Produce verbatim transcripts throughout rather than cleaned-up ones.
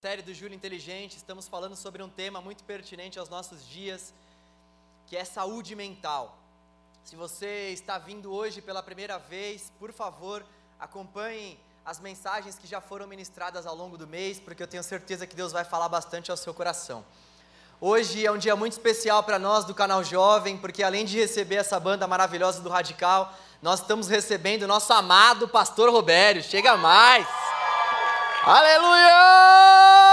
Série do Júlio Inteligente, estamos falando sobre um tema muito pertinente aos nossos dias, que é saúde mental. Se você está vindo hoje pela primeira vez, por favor, acompanhe as mensagens que já foram ministradas ao longo do mês, porque eu tenho certeza que Deus vai falar bastante ao seu coração. Hoje é um dia muito especial para nós do Canal Jovem, porque além de receber essa banda maravilhosa do Radical, nós estamos recebendo o nosso amado Pastor Robério. Chega mais! Aleluia!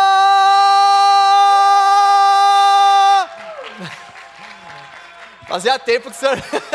Fazia tempo que o senhor...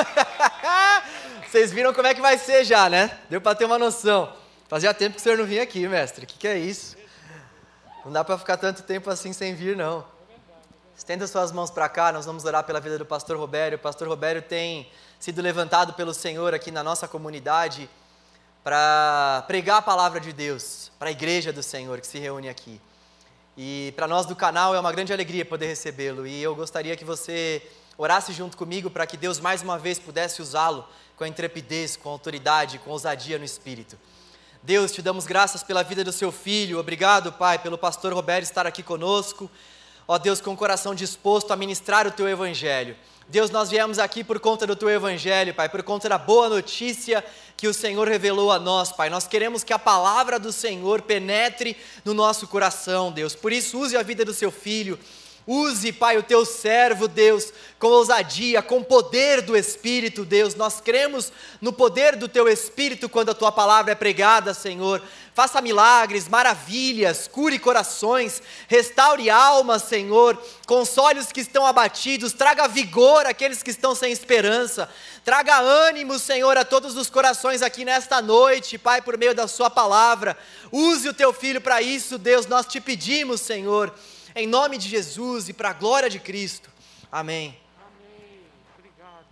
Vocês viram como é que vai ser já, né? Deu para ter uma noção. Fazia tempo que o senhor não vinha aqui, mestre. O que, que é isso? Não dá para ficar tanto tempo assim sem vir, não. Estenda suas mãos para cá, nós vamos orar pela vida do Pastor Robério. O Pastor Robério tem sido levantado pelo Senhor aqui na nossa comunidade para pregar a palavra de Deus, para a igreja do Senhor que se reúne aqui. E para nós do canal é uma grande alegria poder recebê-lo. E eu gostaria que você orasse junto comigo para que Deus mais uma vez pudesse usá-lo com intrepidez, com autoridade, com ousadia no Espírito. Deus, te damos graças pela vida do seu filho. Obrigado, Pai, pelo pastor Robério estar aqui conosco. Ó Deus, com o coração disposto a ministrar o teu evangelho. Deus, nós viemos aqui por conta do teu evangelho, Pai, por conta da boa notícia que o Senhor revelou a nós, Pai. Nós queremos que a palavra do Senhor penetre no nosso coração, Deus. Por isso, use a vida do seu filho. Use, Pai, o teu servo, Deus, com ousadia, com poder do Espírito, Deus. Nós cremos no poder do teu Espírito quando a tua palavra é pregada, Senhor. Faça milagres, maravilhas, cure corações, restaure almas, Senhor. Console os que estão abatidos, traga vigor àqueles que estão sem esperança. Traga ânimo, Senhor, a todos os corações aqui nesta noite, Pai, por meio da sua palavra. Use o teu filho para isso, Deus, nós te pedimos, Senhor. Em nome de Jesus e para a glória de Cristo. Amém. Amém. Obrigado.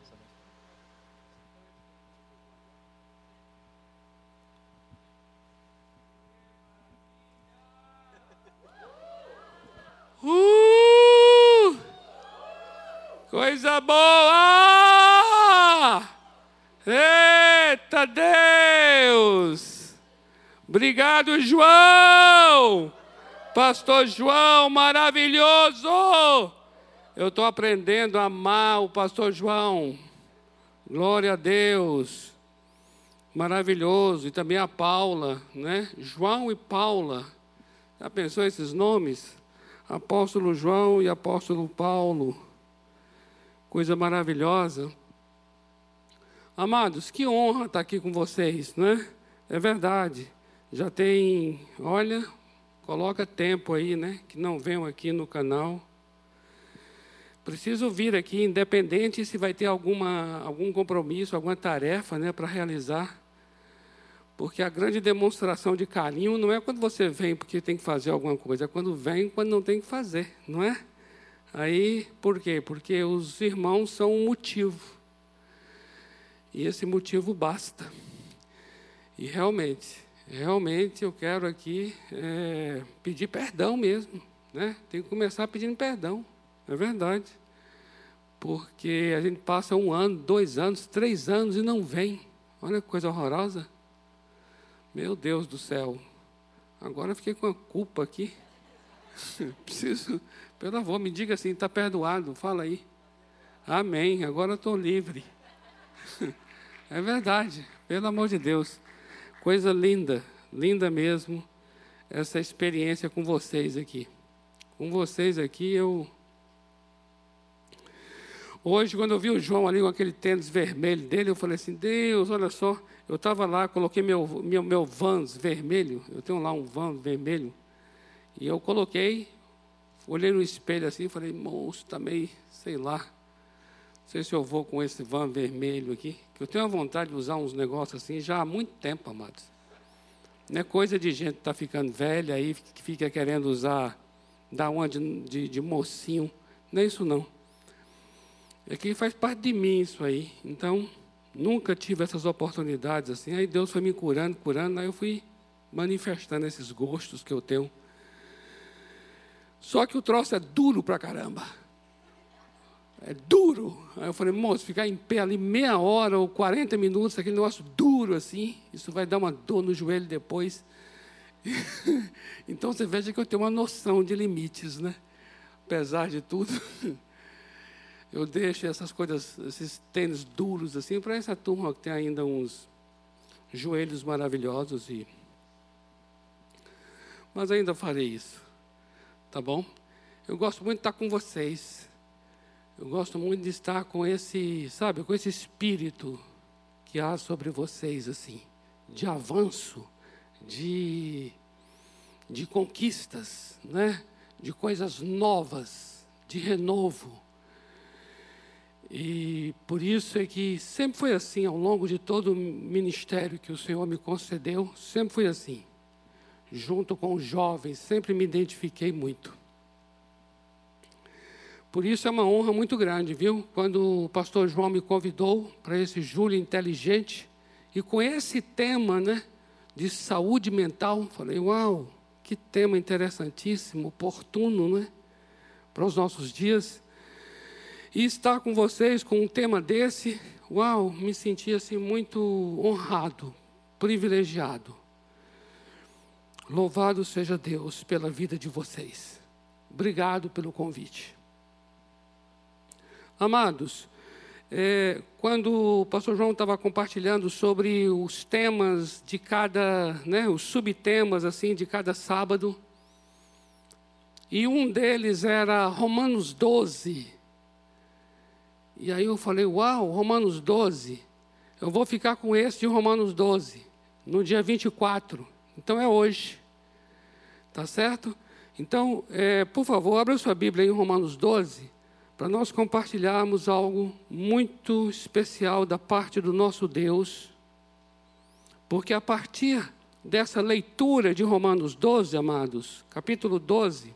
Uh! Coisa boa! Eita Deus! Obrigado, João! Pastor João, maravilhoso! Eu estou aprendendo a amar o Pastor João. Glória a Deus. Maravilhoso. E também a Paula, né? João e Paula. Já pensou esses nomes? Apóstolo João e Apóstolo Paulo. Coisa maravilhosa. Amados, que honra estar aqui com vocês, né? É verdade. Já tem, olha... Coloca tempo aí, né? Que não venham aqui no canal. Preciso vir aqui, independente se vai ter alguma, algum compromisso, alguma tarefa, né, para realizar. Porque a grande demonstração de carinho não é quando você vem porque tem que fazer alguma coisa, é quando vem quando não tem que fazer, não é? Aí, por quê? Porque os irmãos são um motivo. E esse motivo basta. E realmente... Realmente eu quero aqui é, pedir perdão mesmo, né? Tem que começar pedindo perdão, é verdade. Porque a gente passa um ano, dois anos, três anos e não vem. Olha que coisa horrorosa. Meu Deus do céu. Agora eu fiquei com a culpa aqui. Preciso, pelo amor, me diga assim, está perdoado, fala aí. Amém, agora eu estou livre. É verdade, pelo amor de Deus. Coisa linda, linda mesmo, essa experiência com vocês aqui. Com vocês aqui, eu... Hoje, quando eu vi o João ali com aquele tênis vermelho dele, eu falei assim, Deus, olha só, eu estava lá, coloquei meu, meu, meu Vans vermelho, eu tenho lá um Vans vermelho, e eu coloquei, olhei no espelho assim, falei, moço, tá meio, sei lá, não sei se eu vou com esse Vans vermelho aqui, que eu tenho a vontade de usar uns negócios assim já há muito tempo, amados. Não é coisa de gente que está ficando velha aí, que fica querendo usar, dar uma de, de, de mocinho. Não é isso, não. É que faz parte de mim isso aí. Então, nunca tive essas oportunidades assim. Aí Deus foi me curando, curando, aí eu fui manifestando esses gostos que eu tenho. Só que o troço é duro pra caramba. É duro. Aí eu falei, moço, ficar em pé ali meia hora ou quarenta minutos, aquele negócio duro assim, isso vai dar uma dor no joelho depois. Então você veja que eu tenho uma noção de limites, né? Apesar de tudo, eu deixo essas coisas, esses tênis duros assim, para essa turma que tem ainda uns joelhos maravilhosos. E... Mas ainda farei isso, tá bom? Eu gosto muito de estar com vocês. Eu gosto muito de estar com esse, sabe, com esse espírito que há sobre vocês, assim, de avanço, de, de conquistas, né? De coisas novas, de renovo. E por isso é que sempre foi assim, ao longo de todo o ministério que o Senhor me concedeu, sempre foi assim. Junto com os jovens, sempre me identifiquei muito. Por isso é uma honra muito grande, viu? Quando o pastor João me convidou para esse Júlio Inteligente, e com esse tema, né, de saúde mental, falei, uau, que tema interessantíssimo, oportuno, né, para os nossos dias. E estar com vocês com um tema desse, uau, me senti assim muito honrado, privilegiado. Louvado seja Deus pela vida de vocês. Obrigado pelo convite. Amados, é, quando o pastor João estava compartilhando sobre os temas de cada, né, os subtemas assim, de cada sábado, e um deles era Romanos doze. E aí eu falei, uau, Romanos doze, eu vou ficar com esse de Romanos doze, no dia vinte e quatro, então é hoje, tá certo? Então, é, por favor, abra sua Bíblia em Romanos doze, para nós compartilharmos algo muito especial da parte do nosso Deus, porque a partir dessa leitura de Romanos doze, amados, capítulo doze,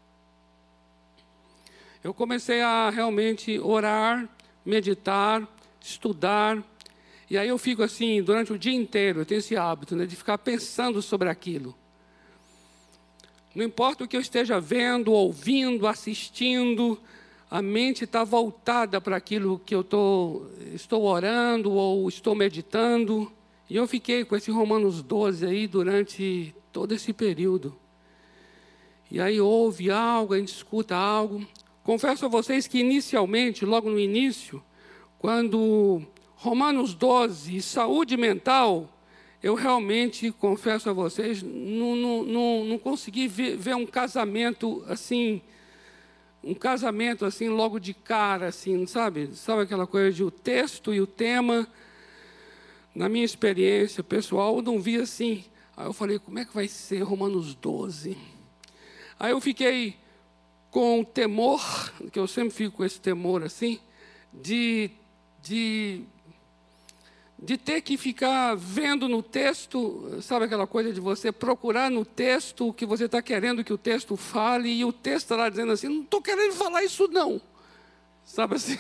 eu comecei a realmente orar, meditar, estudar, e aí eu fico assim, durante o dia inteiro, eu tenho esse hábito, né, de ficar pensando sobre aquilo. Não importa o que eu esteja vendo, ouvindo, assistindo, a mente está voltada para aquilo que eu tô, estou orando ou estou meditando. E eu fiquei com esse Romanos doze aí durante todo esse período. E aí ouve algo, a gente escuta algo. Confesso a vocês que inicialmente, logo no início, quando Romanos doze, saúde mental, eu realmente, confesso a vocês, não, não, não, não consegui ver, ver um casamento assim, um casamento assim logo de cara, assim, sabe? Sabe aquela coisa de o texto e o tema? Na minha experiência pessoal, eu não vi assim. Aí eu falei, como é que vai ser Romanos doze? Aí eu fiquei com o temor, que eu sempre fico com esse temor assim, de, de, de ter que ficar vendo no texto, sabe aquela coisa de você procurar no texto o que você está querendo que o texto fale, e o texto está lá dizendo assim, não estou querendo falar isso não. Sabe assim?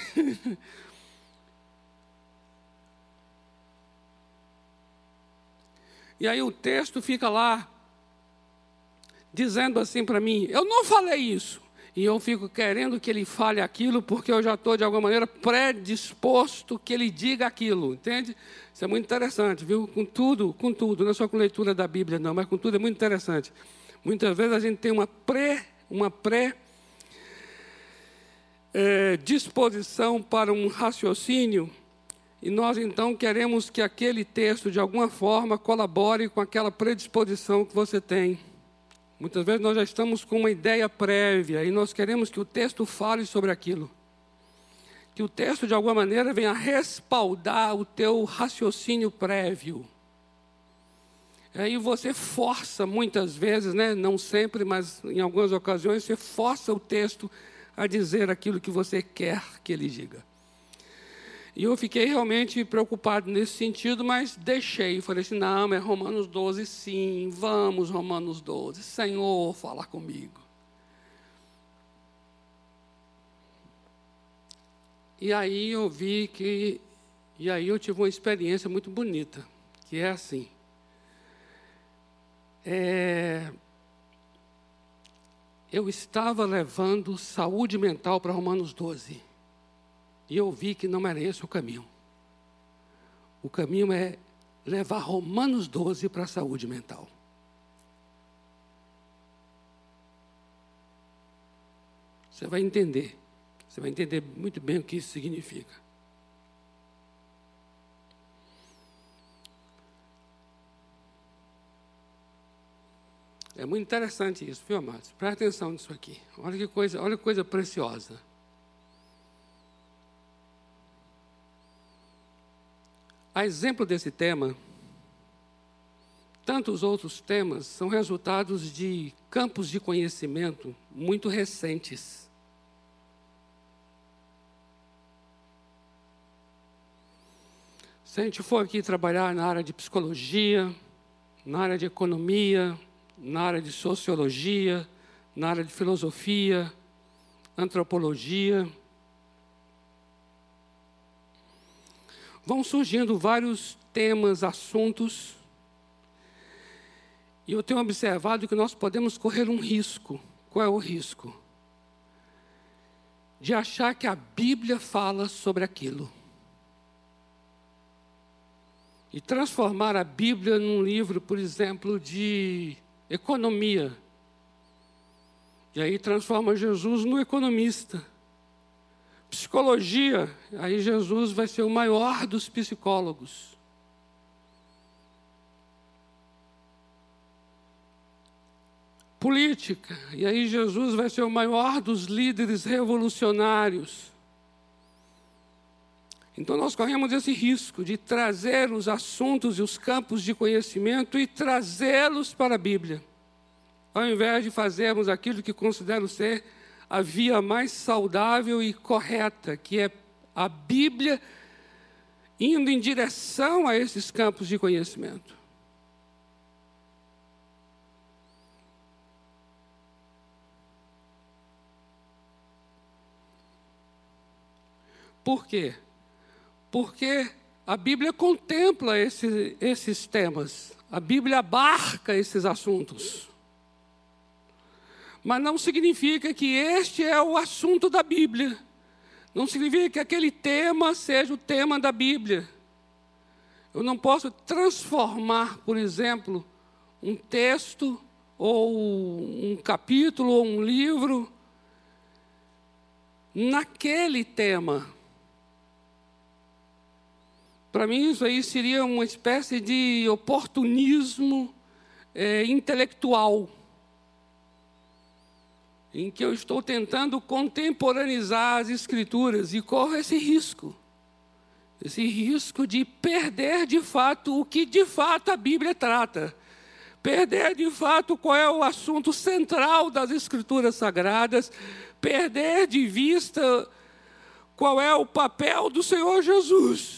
E aí o texto fica lá, dizendo assim para mim, eu não falei isso. E eu fico querendo que ele fale aquilo, porque eu já estou, de alguma maneira, predisposto que ele diga aquilo, entende? Isso é muito interessante, viu? Com tudo, com tudo, não é só com leitura da Bíblia, não, mas com tudo é muito interessante. Muitas vezes a gente tem uma pré, uma pré é, disposição para um raciocínio, e nós, então, queremos que aquele texto, de alguma forma, colabore com aquela predisposição que você tem. Muitas vezes nós já estamos com uma ideia prévia e nós queremos que o texto fale sobre aquilo. Que o texto, de alguma maneira, venha respaldar o teu raciocínio prévio. Aí você força, muitas vezes, né? Não sempre, mas em algumas ocasiões, você força o texto a dizer aquilo que você quer que ele diga. E eu fiquei realmente preocupado nesse sentido, mas deixei. Falei assim, não, é Romanos doze, sim, vamos, Romanos doze. Senhor, fala comigo. E aí eu vi que... E aí eu tive uma experiência muito bonita, que é assim. É, eu estava levando saúde mental para Romanos doze. E eu vi que não era esse o caminho. O caminho é levar Romanos doze para a saúde mental. Você vai entender. Você vai entender muito bem o que isso significa. É muito interessante isso, viu, amados? Presta atenção nisso aqui. Olha que coisa, olha que coisa preciosa. A exemplo desse tema, tantos outros temas são resultados de campos de conhecimento muito recentes. Se a gente for aqui trabalhar na área de psicologia, na área de economia, na área de sociologia, na área de filosofia, antropologia, vão surgindo vários temas, assuntos, e eu tenho observado que nós podemos correr um risco. Qual é o risco? De achar que a Bíblia fala sobre aquilo. E transformar a Bíblia num livro, por exemplo, de economia. E aí transforma Jesus no economista. Psicologia, aí Jesus vai ser o maior dos psicólogos. Política, e aí Jesus vai ser o maior dos líderes revolucionários. Então nós corremos esse risco de trazer os assuntos e os campos de conhecimento e trazê-los para a Bíblia, ao invés de fazermos aquilo que considero ser a via mais saudável e correta, que é a Bíblia indo em direção a esses campos de conhecimento. Por quê? Porque a Bíblia contempla esse, esses temas, a Bíblia abarca esses assuntos. Mas não significa que este é o assunto da Bíblia. Não significa que aquele tema seja o tema da Bíblia. Eu não posso transformar, por exemplo, um texto, ou um capítulo, ou um livro, naquele tema. Para mim, isso aí seria uma espécie de oportunismo é, intelectual, em que eu estou tentando contemporaneizar as Escrituras e corro esse risco, esse risco de perder de fato o que de fato a Bíblia trata, perder de fato qual é o assunto central das Escrituras Sagradas, perder de vista qual é o papel do Senhor Jesus.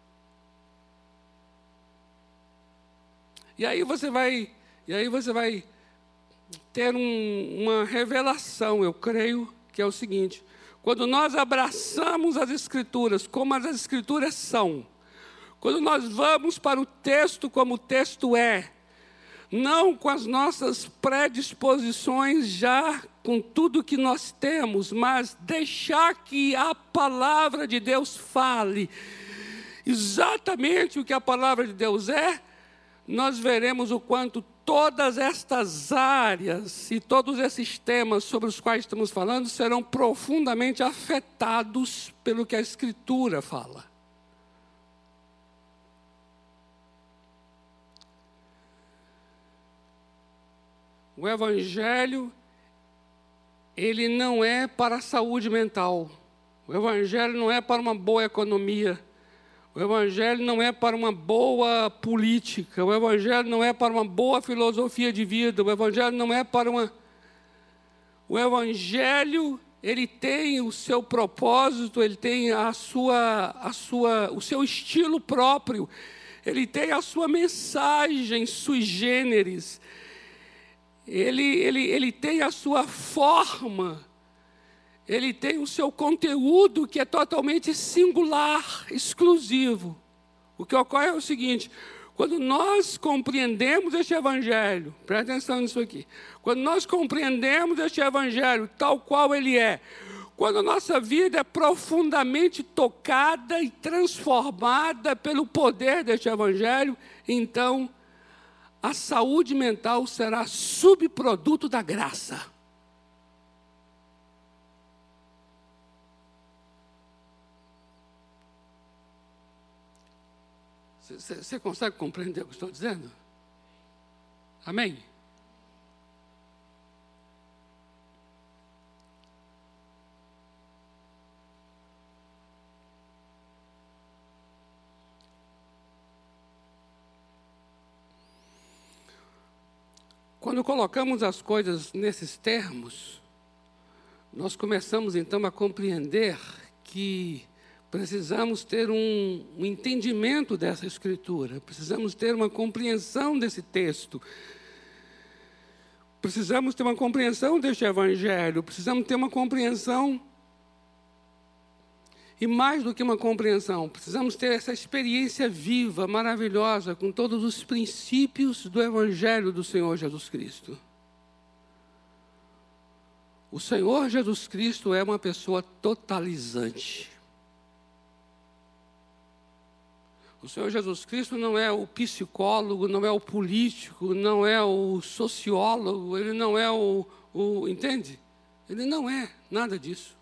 E aí você vai, e aí você vai ter um, uma revelação, eu creio, que é o seguinte: quando nós abraçamos as Escrituras como as Escrituras são, quando nós vamos para o texto como o texto é, não com as nossas predisposições já com tudo que nós temos, mas deixar que a palavra de Deus fale exatamente o que a palavra de Deus é, nós veremos o quanto todas estas áreas e todos esses temas sobre os quais estamos falando serão profundamente afetados pelo que a Escritura fala. O Evangelho, ele não é para a saúde mental. O Evangelho não é para uma boa economia. O Evangelho não é para uma boa política, o Evangelho não é para uma boa filosofia de vida, o Evangelho não é para uma... O Evangelho, ele tem o seu propósito, ele tem a sua, a sua, o seu estilo próprio, ele tem a sua mensagem sui generis, ele, ele, ele tem a sua forma, ele tem o seu conteúdo que é totalmente singular, exclusivo. O que ocorre é o seguinte: quando nós compreendemos este Evangelho, presta atenção nisso aqui, quando nós compreendemos este Evangelho tal qual ele é, quando a nossa vida é profundamente tocada e transformada pelo poder deste Evangelho, então a saúde mental será subproduto da graça. Você consegue compreender o que eu estou dizendo? Amém? Quando colocamos as coisas nesses termos, nós começamos então a compreender que precisamos ter um, um entendimento dessa Escritura, precisamos ter uma compreensão desse texto, precisamos ter uma compreensão deste Evangelho, precisamos ter uma compreensão, e mais do que uma compreensão, precisamos ter essa experiência viva, maravilhosa, com todos os princípios do Evangelho do Senhor Jesus Cristo. O Senhor Jesus Cristo é uma pessoa totalizante. O Senhor Jesus Cristo não é o psicólogo, não é o político, não é o sociólogo, ele não é o, o... Entende? Ele não é nada disso.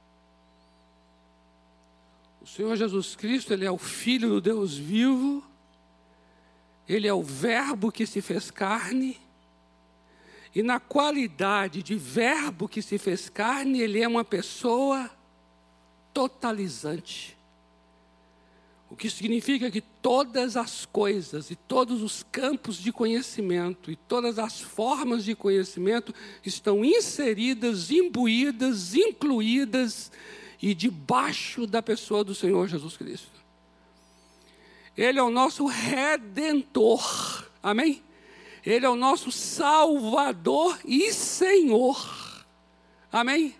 O Senhor Jesus Cristo, ele é o Filho do Deus vivo, ele é o Verbo que se fez carne, e na qualidade de Verbo que se fez carne, ele é uma pessoa totalizante. O que significa que todas as coisas e todos os campos de conhecimento e todas as formas de conhecimento estão inseridas, imbuídas, incluídas e debaixo da pessoa do Senhor Jesus Cristo. Ele é o nosso Redentor, amém? Ele é o nosso Salvador e Senhor, amém?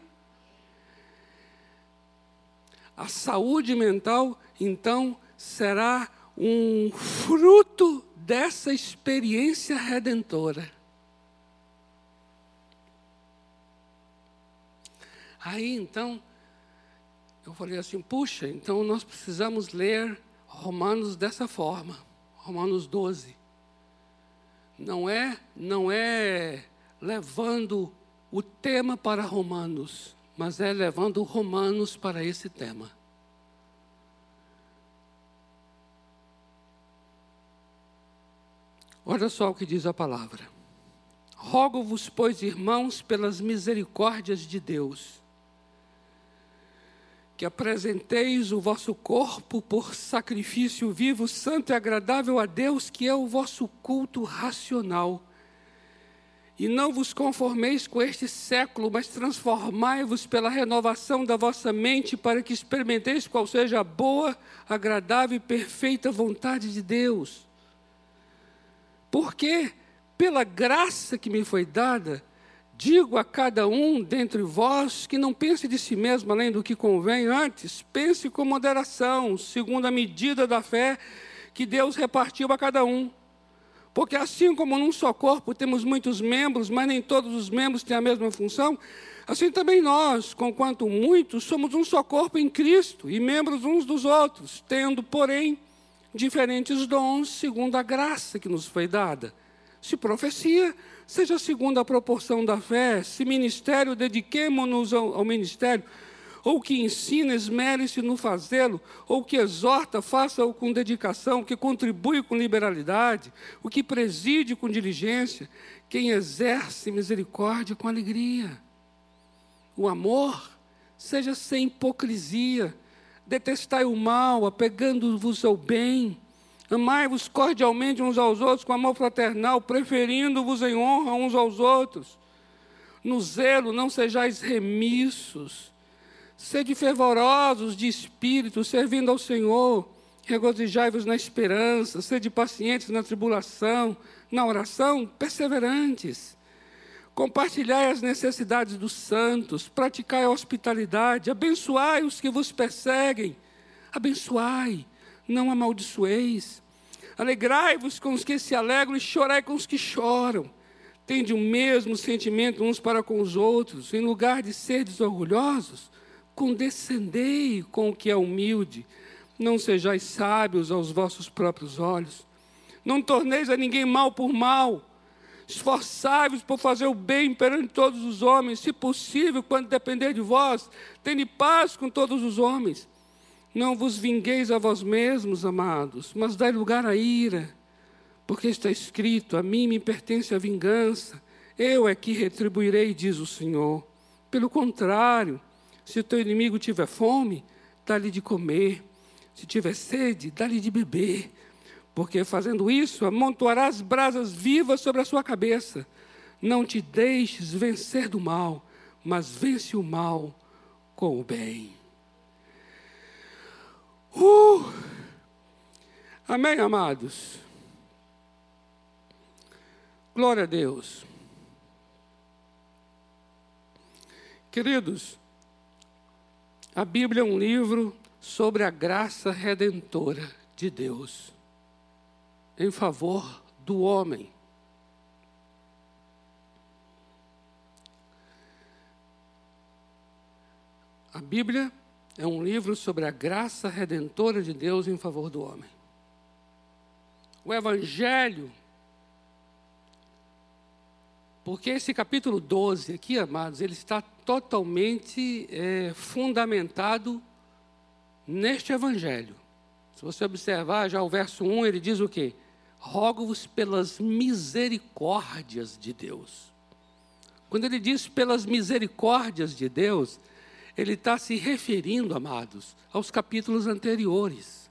A saúde mental, então, será um fruto dessa experiência redentora. Aí, então, eu falei assim, puxa, então nós precisamos ler Romanos dessa forma, Romanos doze. Não é, não é levando o tema para Romanos, mas é levando Romanos para esse tema. Olha só o que diz a palavra. Rogo-vos, pois, irmãos, pelas misericórdias de Deus, que apresenteis o vosso corpo por sacrifício vivo, santo e agradável a Deus, que é o vosso culto racional. E não vos conformeis com este século, mas transformai-vos pela renovação da vossa mente, para que experimenteis qual seja a boa, agradável e perfeita vontade de Deus. Porque, pela graça que me foi dada, digo a cada um dentre vós que não pense de si mesmo além do que convém, antes pense com moderação, segundo a medida da fé que Deus repartiu a cada um. Porque assim como num só corpo temos muitos membros, mas nem todos os membros têm a mesma função, assim também nós, conquanto muitos, somos um só corpo em Cristo e membros uns dos outros, tendo, porém, diferentes dons segundo a graça que nos foi dada. Se profecia, seja segundo a proporção da fé. Se ministério, dediquemo-nos ao, ao ministério. Ou que ensina, esmere-se no fazê-lo. Ou que exorta, faça-o com dedicação. Que contribui com liberalidade. O que preside com diligência. Quem exerce misericórdia com alegria. O amor seja sem hipocrisia. Detestai o mal, apegando-vos ao bem. Amai-vos cordialmente uns aos outros com amor fraternal, preferindo-vos em honra uns aos outros. No zelo não sejais remissos. Sede fervorosos de espírito, servindo ao Senhor. Regozijai-vos na esperança, sede pacientes na tribulação, na oração, perseverantes. Compartilhai as necessidades dos santos, praticai a hospitalidade, abençoai os que vos perseguem. Abençoai, não amaldiçoeis. Alegrai-vos com os que se alegram e chorai com os que choram. Tende o mesmo sentimento uns para com os outros. Em lugar de serdes orgulhosos, condescendei com o que é humilde. Não sejais sábios aos vossos próprios olhos. Não torneis a ninguém mal por mal. Esforçai-vos por fazer o bem perante todos os homens. Se possível, quando depender de vós, tende paz com todos os homens. Não vos vingueis a vós mesmos, amados, mas dai lugar à ira, porque está escrito, a mim me pertence a vingança, eu é que retribuirei, diz o Senhor. Pelo contrário, se o teu inimigo tiver fome, dá-lhe de comer, se tiver sede, dá-lhe de beber, porque fazendo isso, amontoarás brasas vivas sobre a sua cabeça. Não te deixes vencer do mal, mas vence o mal com o bem. Uh! Amém, amados? Glória a Deus. Queridos, a Bíblia é um livro sobre a graça redentora de Deus em favor do homem. A Bíblia é um livro sobre a graça redentora de Deus em favor do homem. O Evangelho, porque esse capítulo doze aqui, amados, ele está totalmente é, fundamentado neste Evangelho. Se você observar, já o verso um, ele diz o quê? Rogo-vos pelas misericórdias de Deus. Quando ele diz pelas misericórdias de Deus, ele está se referindo, amados, aos capítulos anteriores.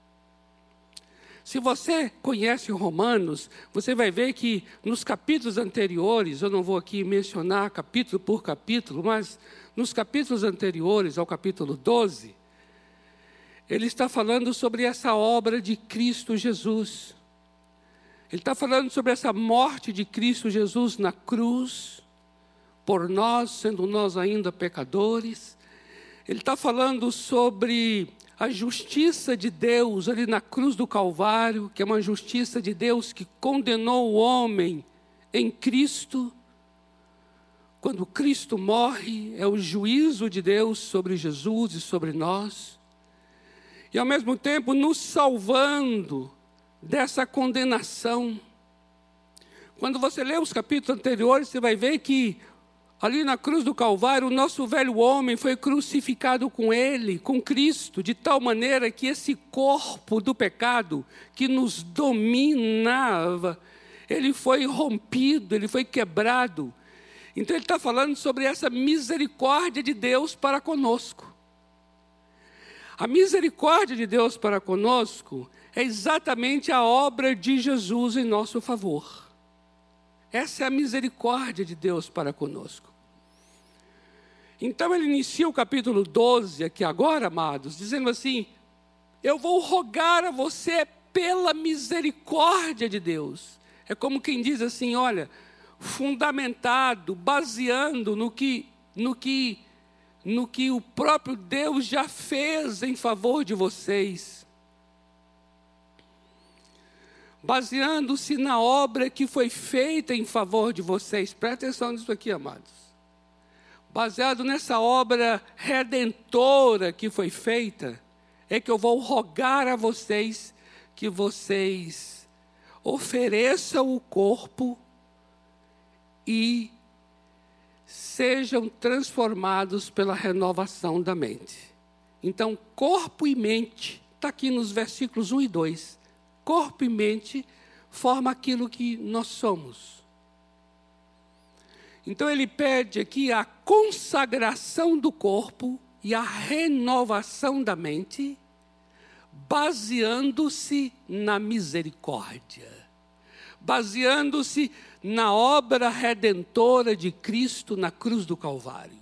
Se você conhece Romanos, você vai ver que nos capítulos anteriores, eu não vou aqui mencionar capítulo por capítulo, mas nos capítulos anteriores ao capítulo doze, ele está falando sobre essa obra de Cristo Jesus. Ele está falando sobre essa morte de Cristo Jesus na cruz, por nós, sendo nós ainda pecadores. Ele está falando sobre a justiça de Deus ali na cruz do Calvário, que é uma justiça de Deus que condenou o homem em Cristo. Quando Cristo morre, é o juízo de Deus sobre Jesus e sobre nós. E ao mesmo tempo nos salvando dessa condenação. Quando você lê os capítulos anteriores, você vai ver que ali na cruz do Calvário, o nosso velho homem foi crucificado com ele, com Cristo, de tal maneira que esse corpo do pecado que nos dominava, ele foi rompido, ele foi quebrado. Então ele está falando sobre essa misericórdia de Deus para conosco. A misericórdia de Deus para conosco é exatamente a obra de Jesus em nosso favor. Essa é a misericórdia de Deus para conosco. Então ele inicia o capítulo doze aqui agora, amados, dizendo assim, eu vou rogar a você pela misericórdia de Deus. É como quem diz assim, olha, fundamentado, baseando no que, no que, no que o próprio Deus já fez em favor de vocês. Baseando-se na obra que foi feita em favor de vocês. Presta atenção nisso aqui, amados. Baseado nessa obra redentora que foi feita, é que eu vou rogar a vocês que vocês ofereçam o corpo e sejam transformados pela renovação da mente. Então, corpo e mente, está aqui nos versículos um e dois. Corpo e mente forma aquilo que nós somos. Então ele pede aqui a consagração do corpo e a renovação da mente, baseando-se na misericórdia, baseando-se na obra redentora de Cristo na cruz do Calvário.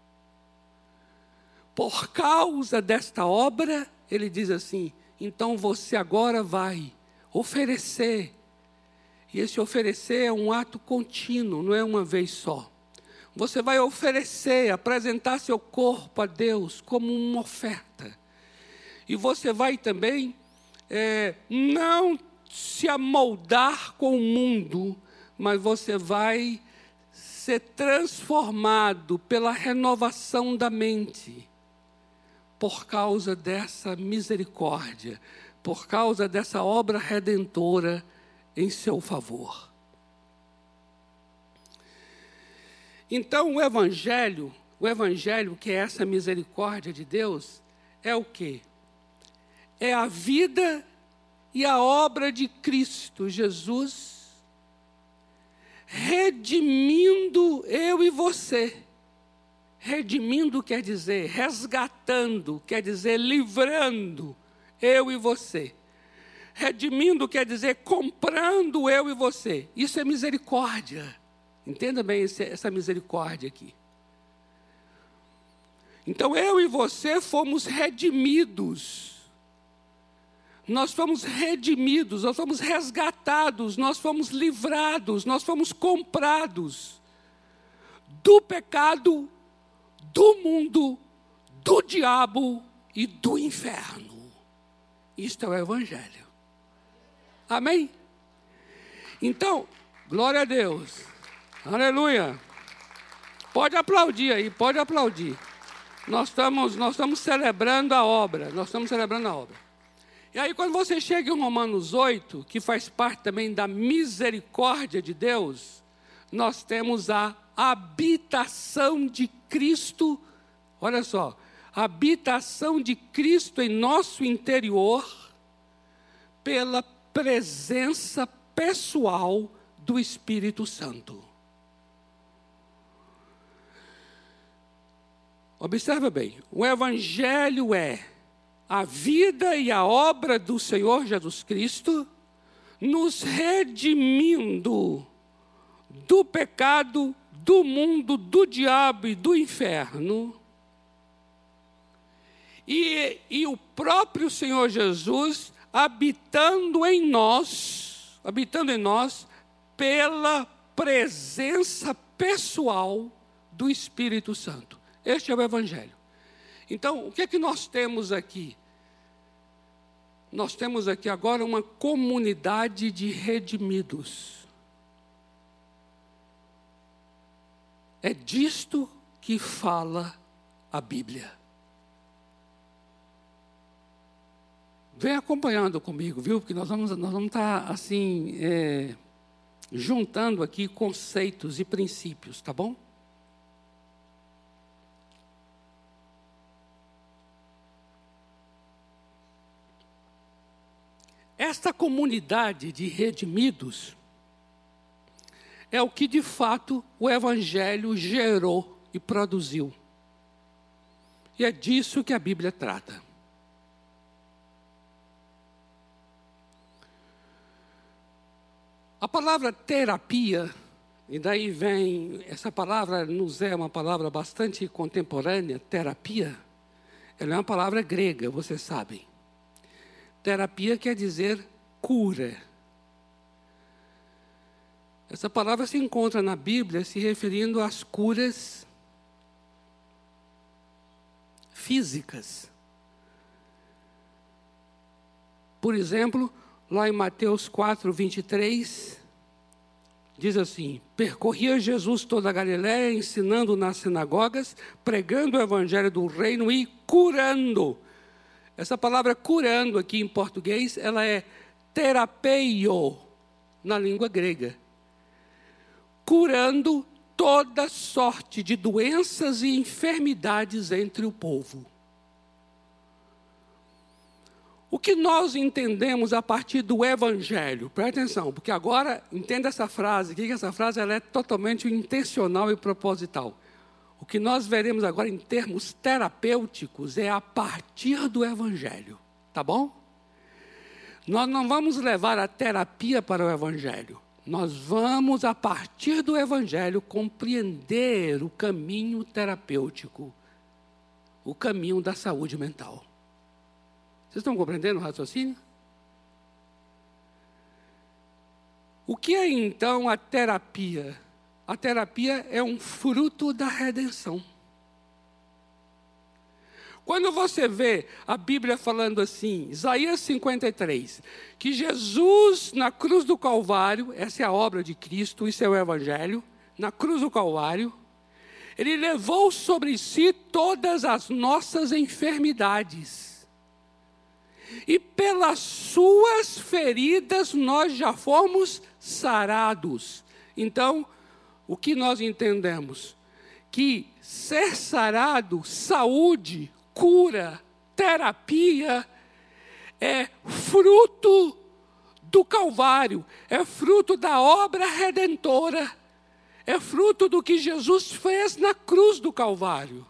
Por causa desta obra, ele diz assim, então você agora vai oferecer. E esse oferecer é um ato contínuo, não é uma vez só. Você vai oferecer, apresentar seu corpo a Deus como uma oferta. E você vai também é, não se amoldar com o mundo, mas você vai ser transformado pela renovação da mente. Por causa dessa misericórdia, por causa dessa obra redentora em seu favor. Então o Evangelho, o Evangelho que é essa misericórdia de Deus, é o quê? é a vida e a obra de Cristo Jesus, redimindo eu e você. Redimindo quer dizer resgatando, quer dizer livrando eu e você. Redimindo quer dizer comprando eu e você. Isso é misericórdia. Entenda bem esse, essa misericórdia aqui. Então eu e você fomos redimidos. Nós fomos redimidos, nós fomos resgatados, nós fomos livrados, nós fomos comprados do pecado, do mundo, do diabo e do inferno. Isto é o Evangelho. Amém? Então, glória a Deus. Aleluia. Pode aplaudir aí, pode aplaudir. Nós estamos, nós estamos celebrando a obra, nós estamos celebrando a obra. E aí quando você chega em Romanos oito, que faz parte também da misericórdia de Deus, nós temos a habitação de Cristo, olha só, a habitação de Cristo em nosso interior, pela presença pessoal do Espírito Santo. Observa bem, o Evangelho é a vida e a obra do Senhor Jesus Cristo, nos redimindo do pecado, do mundo, do diabo e do inferno. E, e o próprio Senhor Jesus habitando em nós, habitando em nós, pela presença pessoal do Espírito Santo. Este é o Evangelho. Então, o que é que nós temos aqui? Nós temos aqui agora uma comunidade de redimidos. É disto que fala a Bíblia. Vem acompanhando comigo, viu? Porque nós vamos, nós vamos estar, assim, é, juntando aqui conceitos e princípios, tá bom? Esta comunidade de redimidos é o que, de fato, o Evangelho gerou e produziu. E é disso que a Bíblia trata. A palavra terapia, e daí vem, essa palavra nos é uma palavra bastante contemporânea, terapia, ela é uma palavra grega, vocês sabem. Terapia quer dizer cura. Essa palavra se encontra na Bíblia se referindo às curas físicas. Por exemplo, lá em Mateus quatro, vinte e três, diz assim: percorria Jesus toda a Galiléia, ensinando nas sinagogas, pregando o evangelho do reino e curando. Essa palavra curando aqui em português, ela é terapeio, na língua grega. Curando toda sorte de doenças e enfermidades entre o povo. O que nós entendemos a partir do Evangelho? Presta atenção, porque agora, entenda essa frase, que essa frase ela é totalmente intencional e proposital. O que nós veremos agora em termos terapêuticos é a partir do Evangelho, tá bom? Nós não vamos levar a terapia para o Evangelho. Nós vamos, a partir do Evangelho, compreender o caminho terapêutico, o caminho da saúde mental. Vocês estão compreendendo o raciocínio? O que é então a terapia? A terapia é um fruto da redenção. Quando você vê a Bíblia falando assim, Isaías cinquenta e três, que Jesus na cruz do Calvário, essa é a obra de Cristo, isso é o Evangelho, na cruz do Calvário, Ele levou sobre si todas as nossas enfermidades. E pelas suas feridas nós já fomos sarados. Então, o que nós entendemos? Que ser sarado, saúde, cura, terapia, é fruto do Calvário, é fruto da obra redentora, é fruto do que Jesus fez na cruz do Calvário.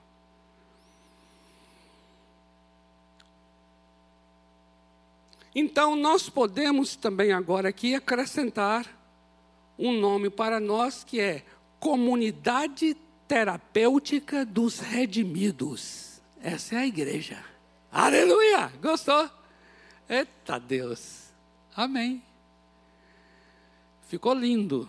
Então, nós podemos também agora aqui acrescentar um nome para nós que é Comunidade Terapêutica dos Redimidos. Essa é a igreja. Aleluia! Gostou? Eita Deus! Amém. Ficou lindo.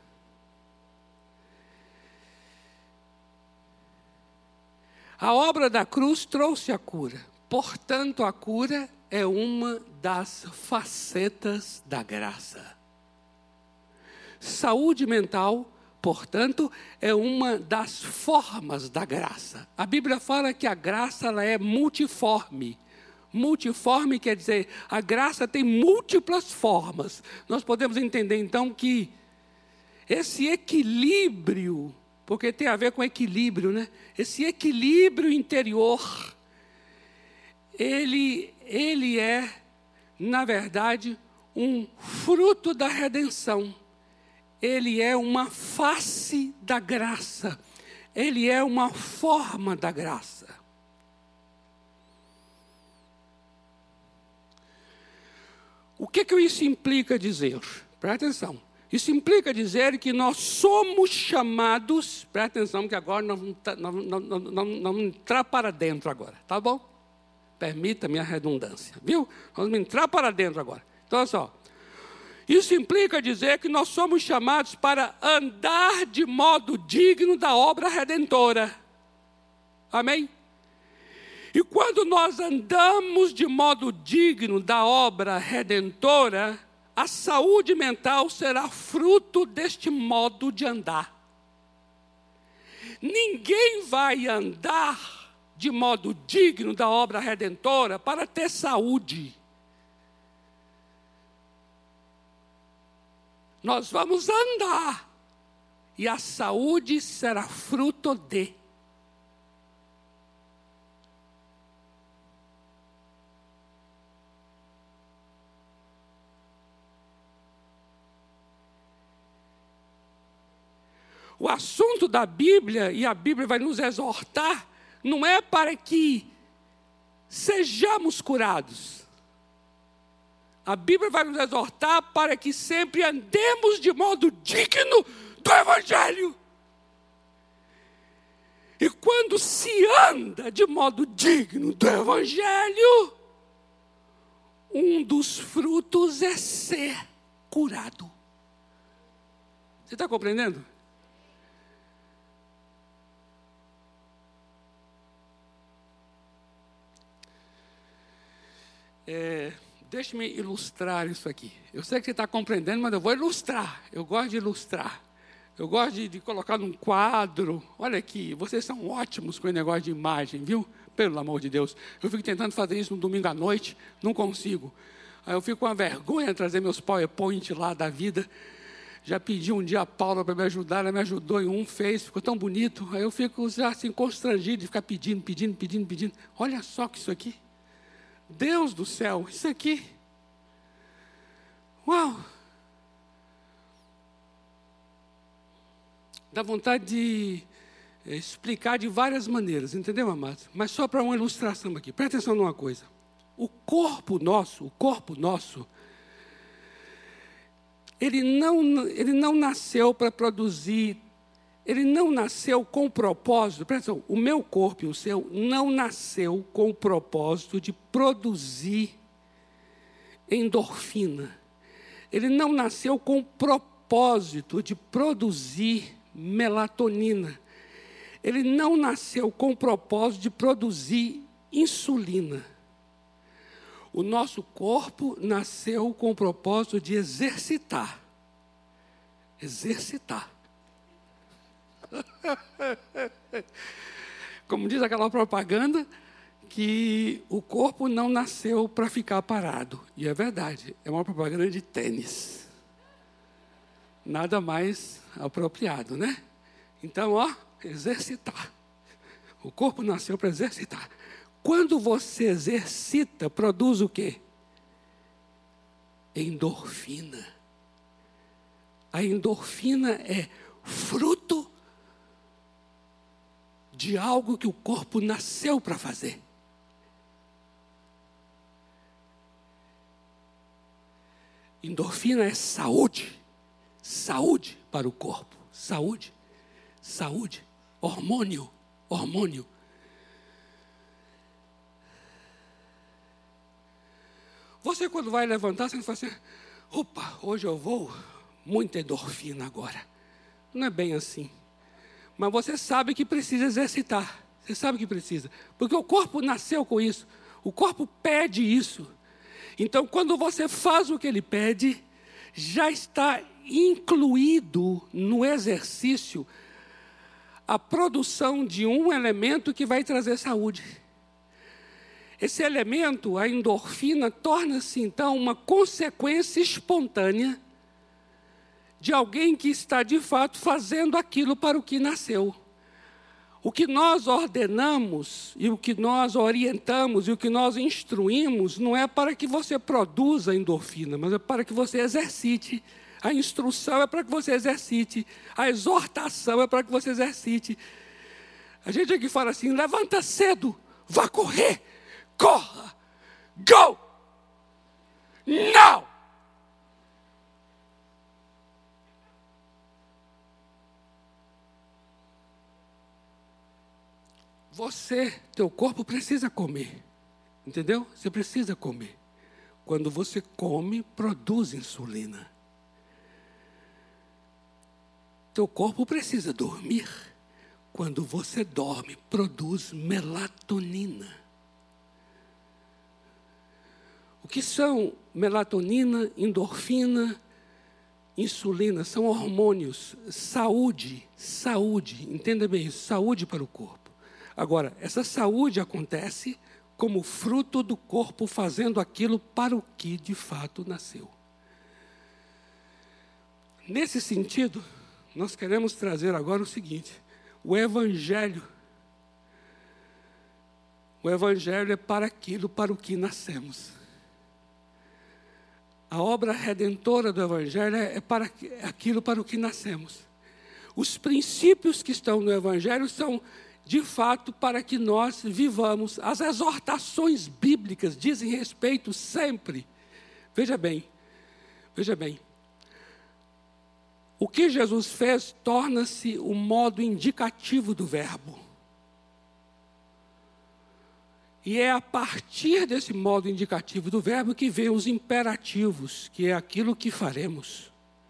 A obra da cruz trouxe a cura. Portanto, a cura é uma das facetas da graça. Saúde mental, portanto, é uma das formas da graça. A Bíblia fala que a graça ela é multiforme. Multiforme quer dizer, a graça tem múltiplas formas. Nós podemos entender então que esse equilíbrio, porque tem a ver com equilíbrio, né? Esse equilíbrio interior, ele, ele é, na verdade, um fruto da redenção. Ele é uma face da graça. Ele é uma forma da graça. O que, que isso implica dizer? Presta atenção. Isso implica dizer que nós somos chamados, presta atenção que agora nós vamos entrar para dentro agora, tá bom? Permita-me a redundância, viu? Nós vamos entrar para dentro agora. Então, olha só. Isso implica dizer que nós somos chamados para andar de modo digno da obra redentora. Amém? E quando nós andamos de modo digno da obra redentora, a saúde mental será fruto deste modo de andar. Ninguém vai andar de modo digno da obra redentora para ter saúde. Nós vamos andar e a saúde será fruto de. O assunto da Bíblia, e a Bíblia vai nos exortar, não é para que sejamos curados. A Bíblia vai nos exortar para que sempre andemos de modo digno do Evangelho. E quando se anda de modo digno do Evangelho, um dos frutos é ser curado. Você está compreendendo? É, deixe-me ilustrar isso aqui. Eu sei que você está compreendendo, mas eu vou ilustrar. Eu gosto de ilustrar. Eu gosto de, de colocar num quadro. Olha aqui, vocês são ótimos com o negócio de imagem, viu? Pelo amor de Deus. Eu fico tentando fazer isso no domingo à noite, não consigo. Aí eu fico com uma vergonha de trazer meus PowerPoint lá da vida. Já pedi um dia a Paula para me ajudar, ela me ajudou em um, fez, ficou tão bonito. Aí eu fico já assim constrangido de ficar pedindo, pedindo, pedindo, pedindo. Olha só que isso aqui. Deus do céu, isso aqui. Uau! Dá vontade de explicar de várias maneiras, entendeu, amados? Mas só para uma ilustração aqui. Presta atenção numa coisa. O corpo nosso, o corpo nosso, ele não, ele não nasceu para produzir, ele não nasceu com o propósito, presta atenção, o meu corpo e o seu não nasceu com o propósito de produzir endorfina. Ele não nasceu com o propósito de produzir melatonina. Ele não nasceu com o propósito de produzir insulina. O nosso corpo nasceu com o propósito de exercitar. Exercitar. Como diz aquela propaganda, que o corpo não nasceu para ficar parado. E é verdade, é uma propaganda de tênis. Nada mais apropriado, né? Então, ó, exercitar. O corpo nasceu para exercitar. Quando você exercita, produz o quê? endorfina. A endorfina é fruto de algo que o corpo nasceu para fazer. Endorfina é saúde. Saúde para o corpo. Saúde. Saúde. Hormônio. Hormônio. Você, quando vai levantar, você não fala assim, opa, hoje eu vou, muita endorfina agora. Não é bem assim. Mas você sabe que precisa exercitar. Você sabe que precisa. Porque o corpo nasceu com isso. O corpo pede isso. Então, quando você faz o que ele pede, já está incluído no exercício a produção de um elemento que vai trazer saúde. Esse elemento, a endorfina, torna-se, então, uma consequência espontânea de alguém que está, de fato, fazendo aquilo para o que nasceu. O que nós ordenamos, e o que nós orientamos, e o que nós instruímos, não é para que você produza endorfina, mas é para que você exercite. A instrução é para que você exercite. A exortação é para que você exercite. A gente aqui fala assim, levanta cedo, vá correr. Corra! Go! Now! Você, teu corpo precisa comer. Entendeu? Você precisa comer. Quando você come, produz insulina. Teu corpo precisa dormir. Quando você dorme, produz melatonina. O que são melatonina, endorfina, insulina? São hormônios. Saúde, saúde, entenda bem isso, saúde para o corpo. Agora, essa saúde acontece como fruto do corpo fazendo aquilo para o que de fato nasceu. Nesse sentido, nós queremos trazer agora o seguinte, o Evangelho. O Evangelho é para aquilo para o que nascemos. A obra redentora do Evangelho é para aquilo para o que nascemos. Os princípios que estão no Evangelho são, de fato, para que nós vivamos. As exortações bíblicas dizem respeito sempre. Veja bem, veja bem. O que Jesus fez torna-se o modo indicativo do verbo. E é a partir desse modo indicativo do verbo que vem os imperativos, que é aquilo que faremos.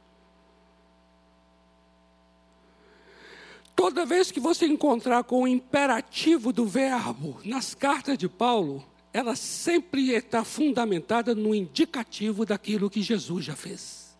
Toda vez que você encontrar com o imperativo do verbo nas cartas de Paulo, ela sempre está fundamentada no indicativo daquilo que Jesus já fez.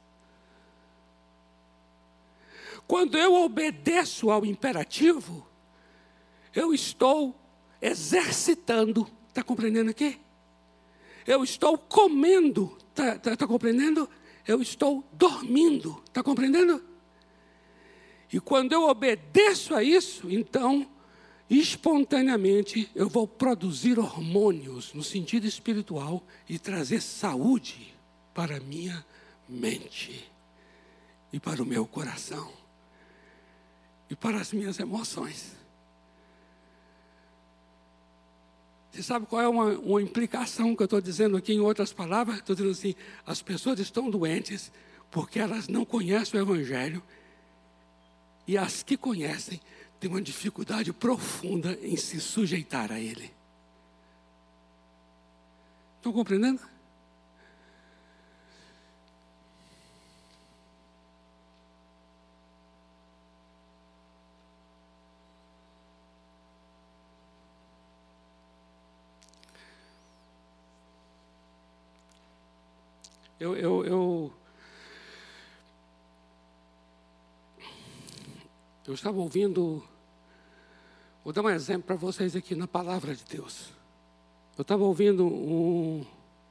Quando eu obedeço ao imperativo, eu estou exercitando, está compreendendo aqui? Eu estou comendo, está tá, tá compreendendo? Eu estou dormindo, está compreendendo? E quando eu obedeço a isso, então, espontaneamente, eu vou produzir hormônios no sentido espiritual e trazer saúde para a minha mente e para o meu coração e para as minhas emoções. Você sabe qual é uma, uma implicação que eu estou dizendo aqui em outras palavras? Estou dizendo assim, as pessoas estão doentes porque elas não conhecem o Evangelho e as que conhecem têm uma dificuldade profunda em se sujeitar a ele. Estão compreendendo? Eu, eu, eu, eu estava ouvindo, vou dar um exemplo para vocês aqui na palavra de Deus. Eu estava ouvindo um,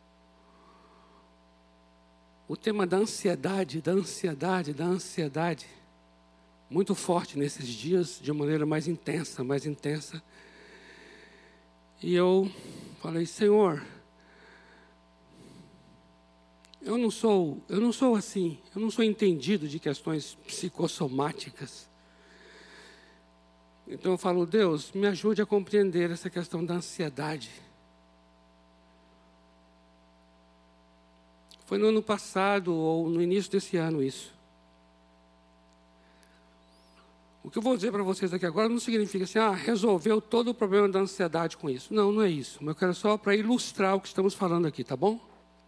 o tema da ansiedade, da ansiedade, da ansiedade, muito forte nesses dias, de maneira mais intensa, mais intensa. E eu falei, Senhor, eu não sou, eu não sou assim, eu não sou entendido de questões psicossomáticas. Então eu falo, Deus, me ajude a compreender essa questão da ansiedade. Foi no ano passado ou no início desse ano isso. O que eu vou dizer para vocês aqui agora não significa assim, ah, resolveu todo o problema da ansiedade com isso. Não, não é isso. Mas eu quero só para ilustrar o que estamos falando aqui, tá bom?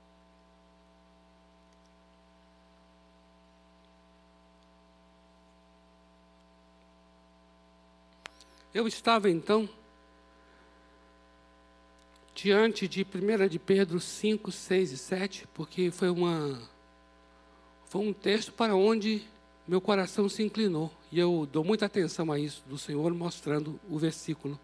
Eu estava então diante de primeira de Pedro cinco, seis e sete, porque foi, uma, foi um texto para onde meu coração se inclinou. E eu dou muita atenção a isso, do Senhor mostrando o versículo.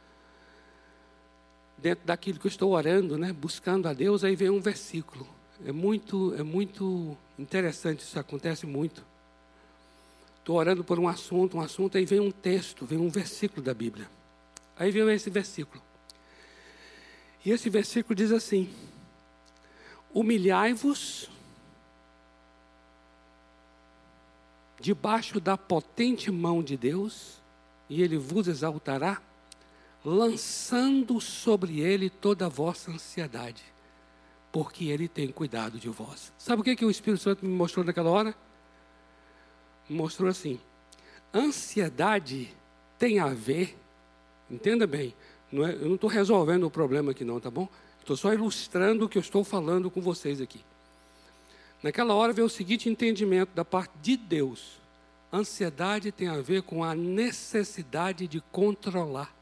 Dentro daquilo que eu estou orando, né, buscando a Deus, aí vem um versículo. É muito, é muito interessante, isso acontece muito. Estou orando por um assunto, um assunto, aí vem um texto, vem um versículo da Bíblia. Aí vem esse versículo. E esse versículo diz assim: humilhai-vos debaixo da potente mão de Deus, e Ele vos exaltará, lançando sobre Ele toda a vossa ansiedade, porque Ele tem cuidado de vós. Sabe o que, que o Espírito Santo me mostrou naquela hora? Me mostrou assim: ansiedade tem a ver, entenda bem, não é, eu não estou resolvendo o problema aqui não, tá bom? Estou só ilustrando o que eu estou falando com vocês aqui. Naquela hora veio o seguinte entendimento da parte de Deus: ansiedade tem a ver com a necessidade de controlar.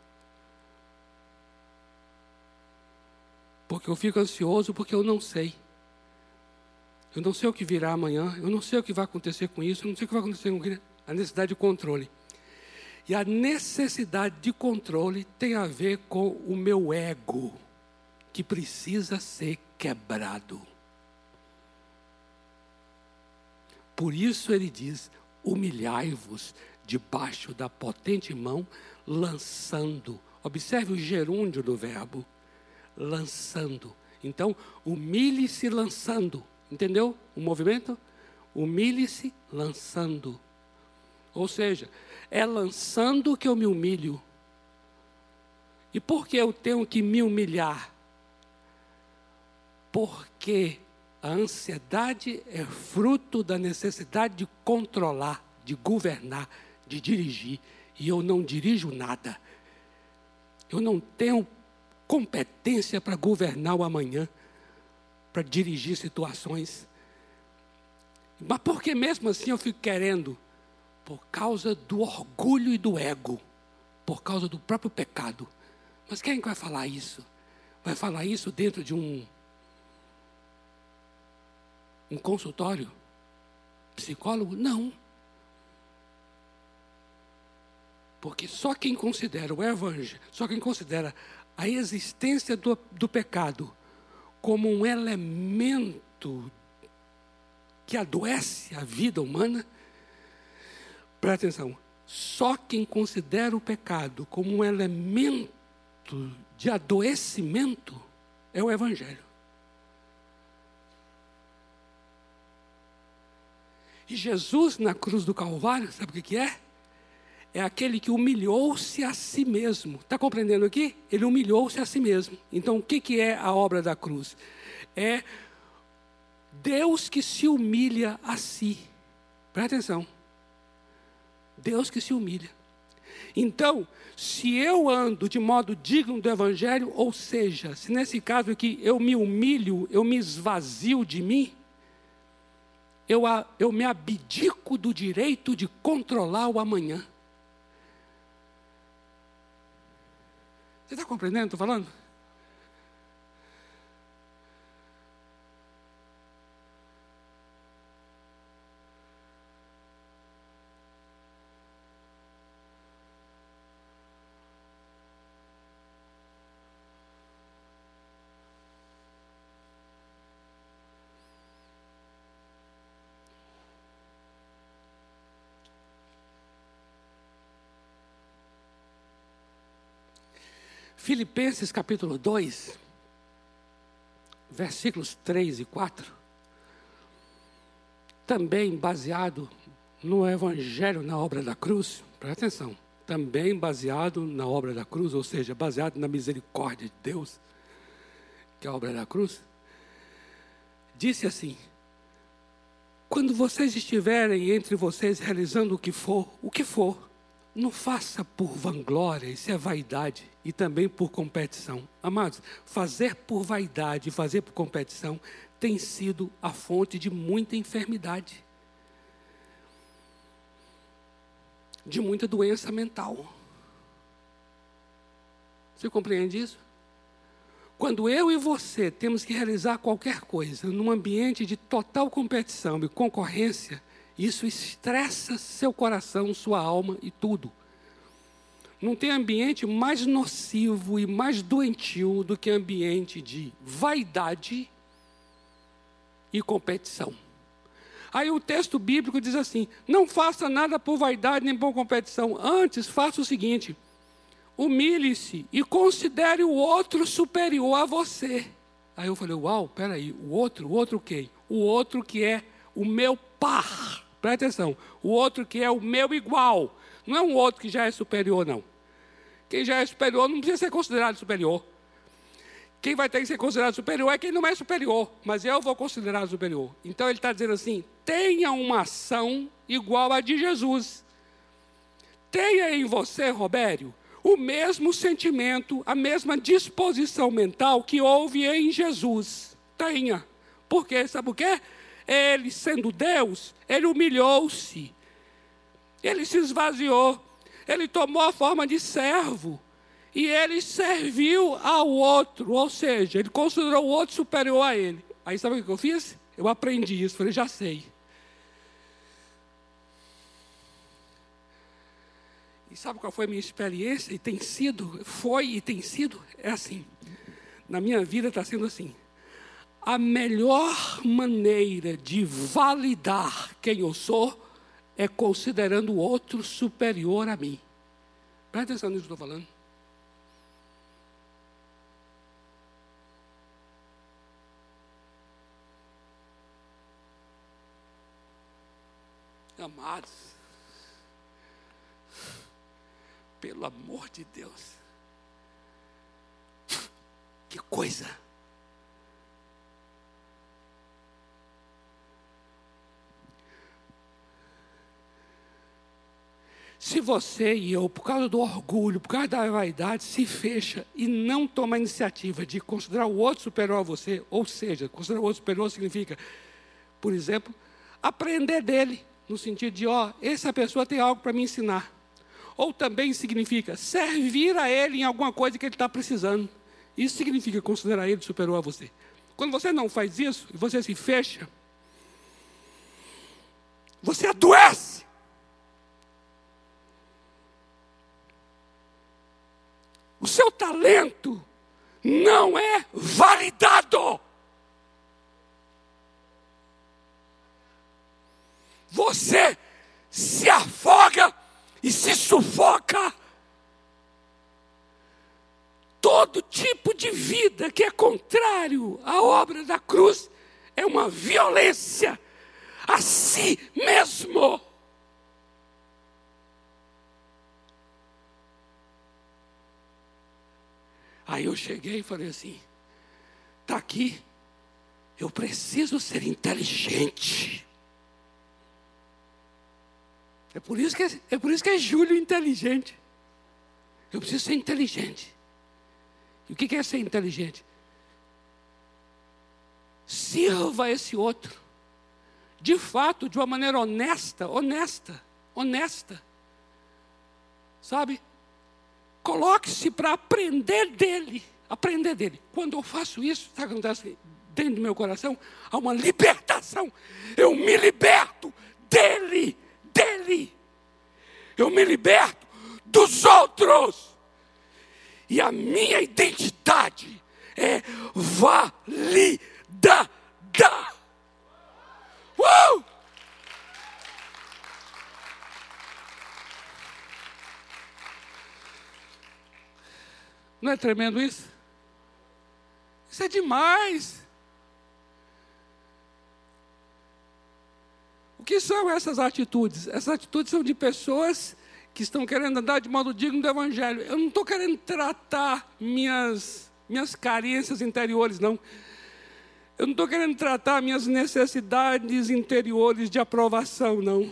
Porque eu fico ansioso porque eu não sei. Eu não sei o que virá amanhã, eu não sei o que vai acontecer com isso, eu não sei o que vai acontecer com isso. A necessidade de controle. E a necessidade de controle tem a ver com o meu ego, que precisa ser quebrado. Por isso ele diz: humilhai-vos debaixo da potente mão, lançando. Observe o gerúndio do verbo, lançando. Então, humilhe-se lançando. Entendeu o movimento? Humilhe-se lançando. Ou seja, é lançando que eu me humilho. E por que eu tenho que me humilhar? Porque a ansiedade é fruto da necessidade de controlar, de governar, de dirigir. E eu não dirijo nada. Eu não tenho competência para governar o amanhã, para dirigir situações. Mas por que mesmo assim eu fico querendo? Por causa do orgulho e do ego. Por causa do próprio pecado. Mas quem vai falar isso? Vai falar isso dentro de um, um consultório? Psicólogo? Não. Porque só quem considera o evangelho, só quem considera a existência do, do pecado como um elemento que adoece a vida humana, presta atenção, só quem considera o pecado como um elemento de adoecimento é o evangelho. E Jesus na cruz do Calvário, sabe o que que é? É aquele que humilhou-se a si mesmo. Está compreendendo aqui? Ele humilhou-se a si mesmo. Então, o que, que é a obra da cruz? É Deus que se humilha a si. Presta atenção. Deus que se humilha. Então, se eu ando de modo digno do Evangelho, ou seja, se nesse caso aqui eu me humilho, eu me esvazio de mim, eu, eu me abdico do direito de controlar o amanhã. Você está compreendendo o que eu estou falando? Filipenses capítulo dois, versículos três e quatro, também baseado no Evangelho, na obra da cruz, presta atenção, também baseado na obra da cruz, ou seja, baseado na misericórdia de Deus, que é a obra da cruz, disse assim: quando vocês estiverem entre vocês realizando o que for, o que for, não faça por vanglória, isso é vaidade, e também por competição. Amados, fazer por vaidade e fazer por competição tem sido a fonte de muita enfermidade, de muita doença mental. Você compreende isso? Quando eu e você temos que realizar qualquer coisa num ambiente de total competição e concorrência, isso estressa seu coração, sua alma e tudo. Não tem ambiente mais nocivo e mais doentio do que ambiente de vaidade e competição. Aí o texto bíblico diz assim: não faça nada por vaidade nem por competição, antes faça o seguinte: humilhe-se e considere o outro superior a você. Aí eu falei: uau, peraí, o outro, o outro quem? O outro que é o meu par. Presta atenção, o outro que é o meu igual. Não é um outro que já é superior, não. Quem já é superior não precisa ser considerado superior. Quem vai ter que ser considerado superior é quem não é superior, mas eu vou considerar superior. Então ele está dizendo assim: tenha uma ação igual a de Jesus. Tenha em você, Robério, o mesmo sentimento, a mesma disposição mental que houve em Jesus. Tenha. Por quê? Sabe por quê? Ele, sendo Deus, ele humilhou-se. Ele se esvaziou. Ele tomou a forma de servo. E ele serviu ao outro. Ou seja, ele considerou o outro superior a ele. Aí sabe o que eu fiz? Eu aprendi isso. Falei: já sei. E sabe qual foi a minha experiência? E tem sido, foi e tem sido, é assim. Na minha vida está sendo assim. A melhor maneira de validar quem eu sou é considerando o outro superior a mim. Presta atenção nisso que eu estou falando. Amados, pelo amor de Deus, que coisa! Se você e eu, por causa do orgulho, por causa da vaidade, se fecha e não toma a iniciativa de considerar o outro superior a você, ou seja, considerar o outro superior significa, por exemplo, aprender dele, no sentido de, ó, essa pessoa tem algo para me ensinar. Ou também significa servir a ele em alguma coisa que ele está precisando. Isso significa considerar ele superior a você. Quando você não faz isso, e você se fecha, você adoece. O seu talento não é validado. Você se afoga e se sufoca. Todo tipo de vida que é contrário à obra da cruz é uma violência a si mesmo. Aí eu cheguei e falei assim: está aqui, eu preciso ser inteligente. É por isso que é, é por isso que é Júlio inteligente. Eu preciso ser inteligente. E o que é ser inteligente? Sirva esse outro, de fato, de uma maneira honesta, honesta, honesta. Sabe? Coloque-se para aprender dele, aprender dele. Quando eu faço isso, sabe o que acontece dentro do meu coração? Há uma libertação. Eu me liberto dele, dele. Eu me liberto dos outros. E a minha identidade é validada. Uh! Não é tremendo isso? Isso é demais. que são essas atitudes? Essas atitudes são de pessoas que estão querendo andar de modo digno do Evangelho. Eu não estou querendo tratar minhas, minhas carências interiores, não. Eu não estou querendo tratar minhas necessidades interiores de aprovação, não.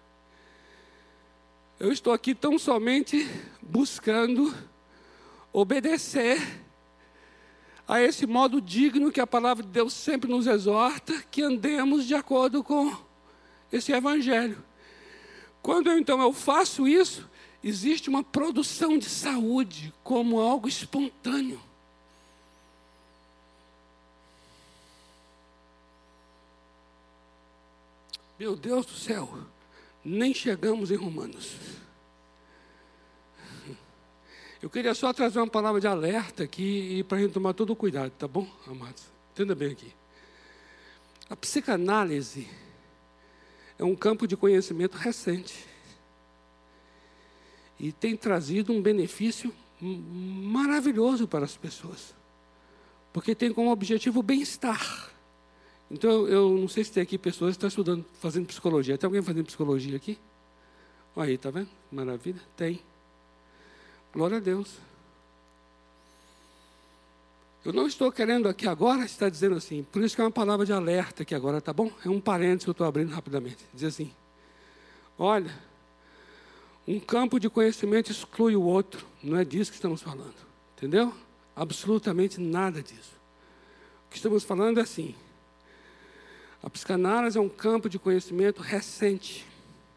Eu estou aqui tão somente buscando obedecer a esse modo digno que a palavra de Deus sempre nos exorta, que andemos de acordo com esse Evangelho. Quando eu, então eu faço isso, existe uma produção de saúde como algo espontâneo. Meu Deus do céu, nem chegamos em Romanos. Eu queria só trazer uma palavra de alerta aqui e para a gente tomar todo o cuidado, tá bom, amados? Entenda bem aqui. A psicanálise é um campo de conhecimento recente e tem trazido um benefício maravilhoso para as pessoas, porque tem como objetivo o bem-estar. Então, eu não sei se tem aqui pessoas que estão estudando, fazendo psicologia. Tem alguém fazendo psicologia aqui? Olha aí, tá vendo? Maravilha. Tem. Glória a Deus. Eu não estou querendo aqui agora estar dizendo assim, por isso que é uma palavra de alerta aqui agora, tá bom? É um parênteses que eu estou abrindo rapidamente. Diz assim, olha, um campo de conhecimento exclui o outro. Não é disso que estamos falando. Entendeu? Absolutamente nada disso. O que estamos falando é assim, a psicanálise é um campo de conhecimento recente.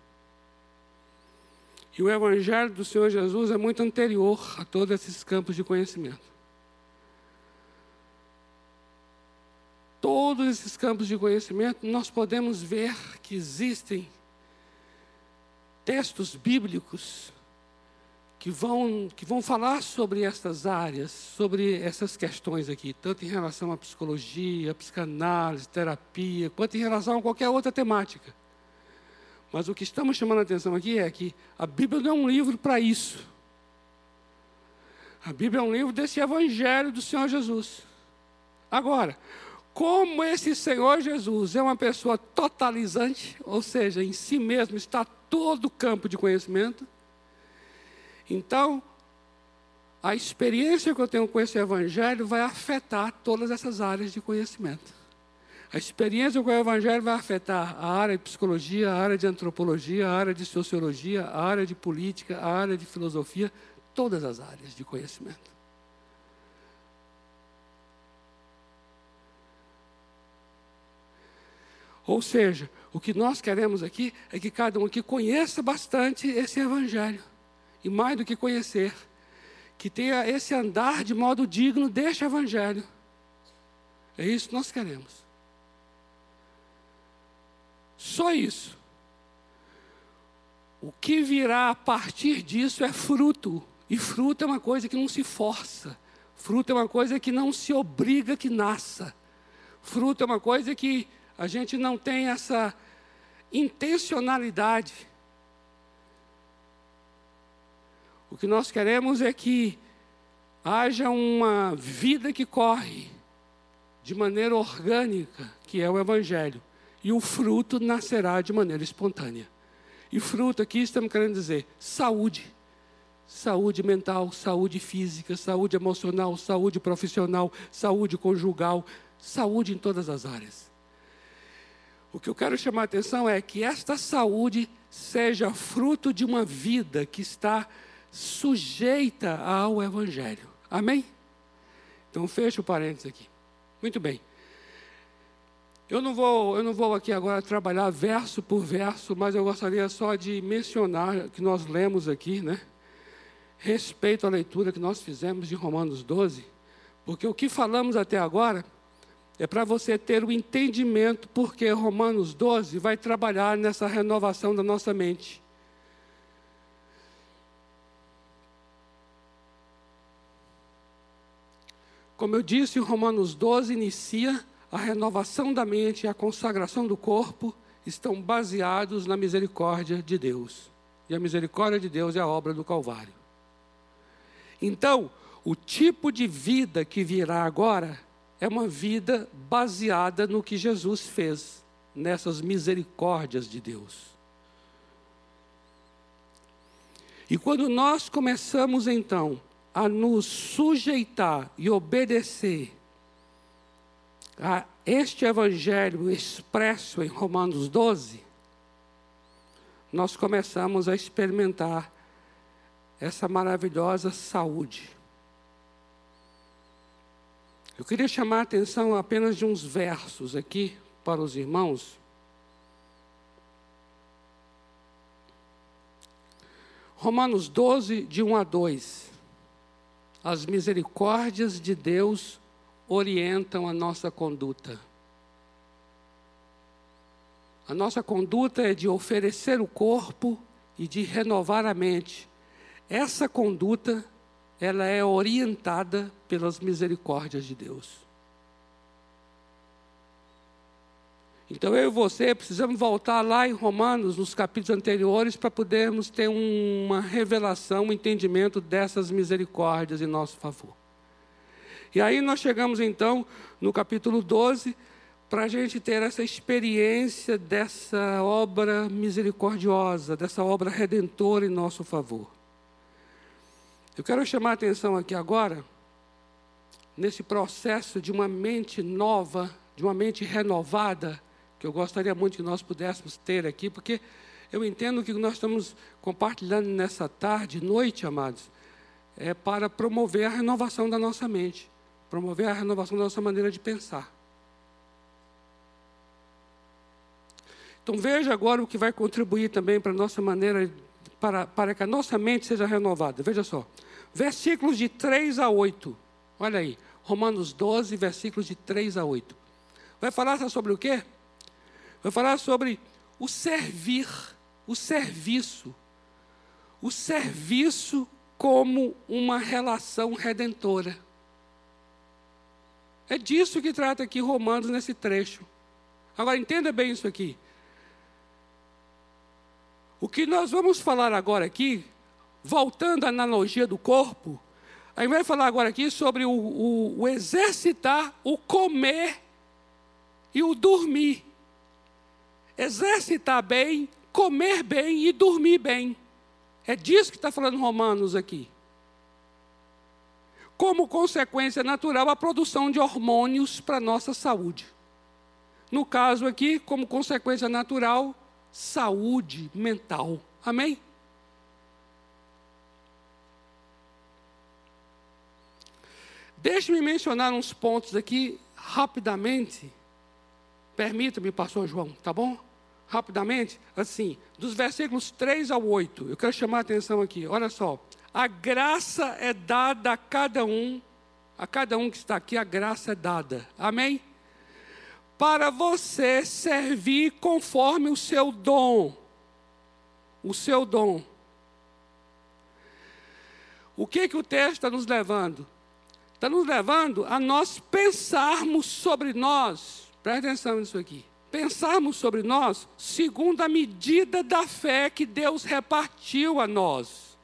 E o Evangelho do Senhor Jesus é muito anterior a todos esses campos de conhecimento. Todos esses campos de conhecimento, nós podemos ver que existem textos bíblicos que vão, que vão falar sobre essas áreas, sobre essas questões aqui, tanto em relação à psicologia, psicanálise, terapia, quanto em relação a qualquer outra temática. Mas o que estamos chamando a atenção aqui é que a Bíblia não é um livro para isso. A Bíblia é um livro desse Evangelho do Senhor Jesus. Agora, como esse Senhor Jesus é uma pessoa totalizante, ou seja, em si mesmo está todo o campo de conhecimento, então, a experiência que eu tenho com esse Evangelho vai afetar todas essas áreas de conhecimento. A experiência com o Evangelho vai afetar a área de psicologia, a área de antropologia, a área de sociologia, a área de política, a área de filosofia, todas as áreas de conhecimento. Ou seja, o que nós queremos aqui é que cada um aqui conheça bastante esse Evangelho. E mais do que conhecer, que tenha esse andar de modo digno deste Evangelho. É isso que nós queremos. Só isso. O que virá a partir disso é fruto. E fruto é uma coisa que não se força. Fruto é uma coisa que não se obriga que nasça. Fruto é uma coisa que a gente não tem essa intencionalidade. O que nós queremos é que haja uma vida que corre de maneira orgânica, que é o Evangelho. E o fruto nascerá de maneira espontânea. E fruto aqui estamos querendo dizer saúde. Saúde mental, saúde física, saúde emocional, saúde profissional, saúde conjugal, saúde em todas as áreas. O que eu quero chamar a atenção é que esta saúde seja fruto de uma vida que está sujeita ao Evangelho. Amém? Então, fecha o parênteses aqui. Muito bem. Eu não vou, eu não vou aqui agora trabalhar verso por verso, mas eu gostaria só de mencionar que nós lemos aqui, né? Respeito à leitura que nós fizemos de Romanos doze, porque o que falamos até agora é para você ter o entendimento porque Romanos doze vai trabalhar nessa renovação da nossa mente. Como eu disse, Romanos doze inicia a renovação da mente e a consagração do corpo estão baseados na misericórdia de Deus. E a misericórdia de Deus é a obra do Calvário. Então, o tipo de vida que virá agora é uma vida baseada no que Jesus fez nessas misericórdias de Deus. E quando nós começamos então a nos sujeitar e obedecer a este evangelho expresso em Romanos doze, nós começamos a experimentar essa maravilhosa saúde. Eu queria chamar a atenção apenas de uns versos aqui para os irmãos. Romanos doze, de um a dois. As misericórdias de Deus orientam a nossa conduta. A nossa conduta é de oferecer o corpo e de renovar a mente. Essa conduta, ela é orientada pelas misericórdias de Deus. Então eu e você precisamos voltar lá em Romanos, nos capítulos anteriores, para podermos ter uma revelação, um entendimento dessas misericórdias em nosso favor. E aí nós chegamos então no capítulo doze, para a gente ter essa experiência dessa obra misericordiosa, dessa obra redentora em nosso favor. Eu quero chamar a atenção aqui agora, nesse processo de uma mente nova, de uma mente renovada, que eu gostaria muito que nós pudéssemos ter aqui, porque eu entendo que nós estamos compartilhando nessa tarde, noite, amados, é para promover a renovação da nossa mente, promover a renovação da nossa maneira de pensar. Então veja agora o que vai contribuir também para a nossa maneira, para, para que a nossa mente seja renovada. Veja só, versículos de três a oito, olha aí, Romanos doze, versículos de três a oito. Vai falar sobre o quê? Vai falar sobre o servir, o serviço. O serviço como uma relação redentora. É disso que trata aqui Romanos nesse trecho. Agora entenda bem isso aqui. O que nós vamos falar agora aqui, voltando à analogia do corpo, a gente vai falar agora aqui sobre o, o, o exercitar, o comer e o dormir. Exercitar bem, comer bem e dormir bem. É disso que está falando Romanos aqui. Como consequência natural, a produção de hormônios para a nossa saúde. No caso aqui, como consequência natural, saúde mental. Amém? Deixe-me mencionar uns pontos aqui, rapidamente. Permita-me, pastor João, tá bom? Rapidamente, assim, dos versículos três ao oito, eu quero chamar a atenção aqui, olha só. A graça é dada a cada um, a cada um que está aqui, a graça é dada. Amém? Para você servir conforme o seu dom. O seu dom. O que, que o texto está nos levando? Está nos levando a nós pensarmos sobre nós. Presta atenção nisso aqui. Pensarmos sobre nós segundo a medida da fé que Deus repartiu a nós.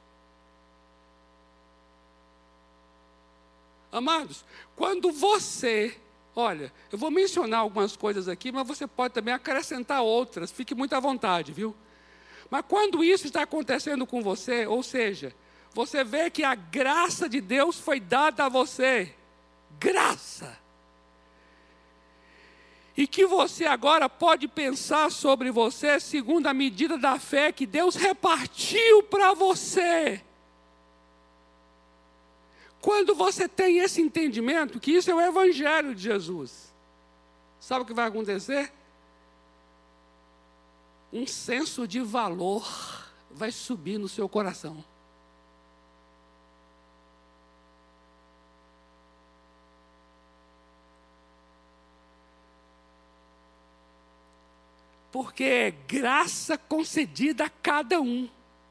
Amados, quando você... Olha, eu vou mencionar algumas coisas aqui, mas você pode também acrescentar outras. Fique muito à vontade, viu? Mas quando isso está acontecendo com você, ou seja, você vê que a graça de Deus foi dada a você. Graça. E que você agora pode pensar sobre você segundo a medida da fé que Deus repartiu para você. Quando você tem esse entendimento, que isso é o Evangelho de Jesus, sabe o que vai acontecer? Um senso de valor vai subir no seu coração. Porque é graça concedida a cada um.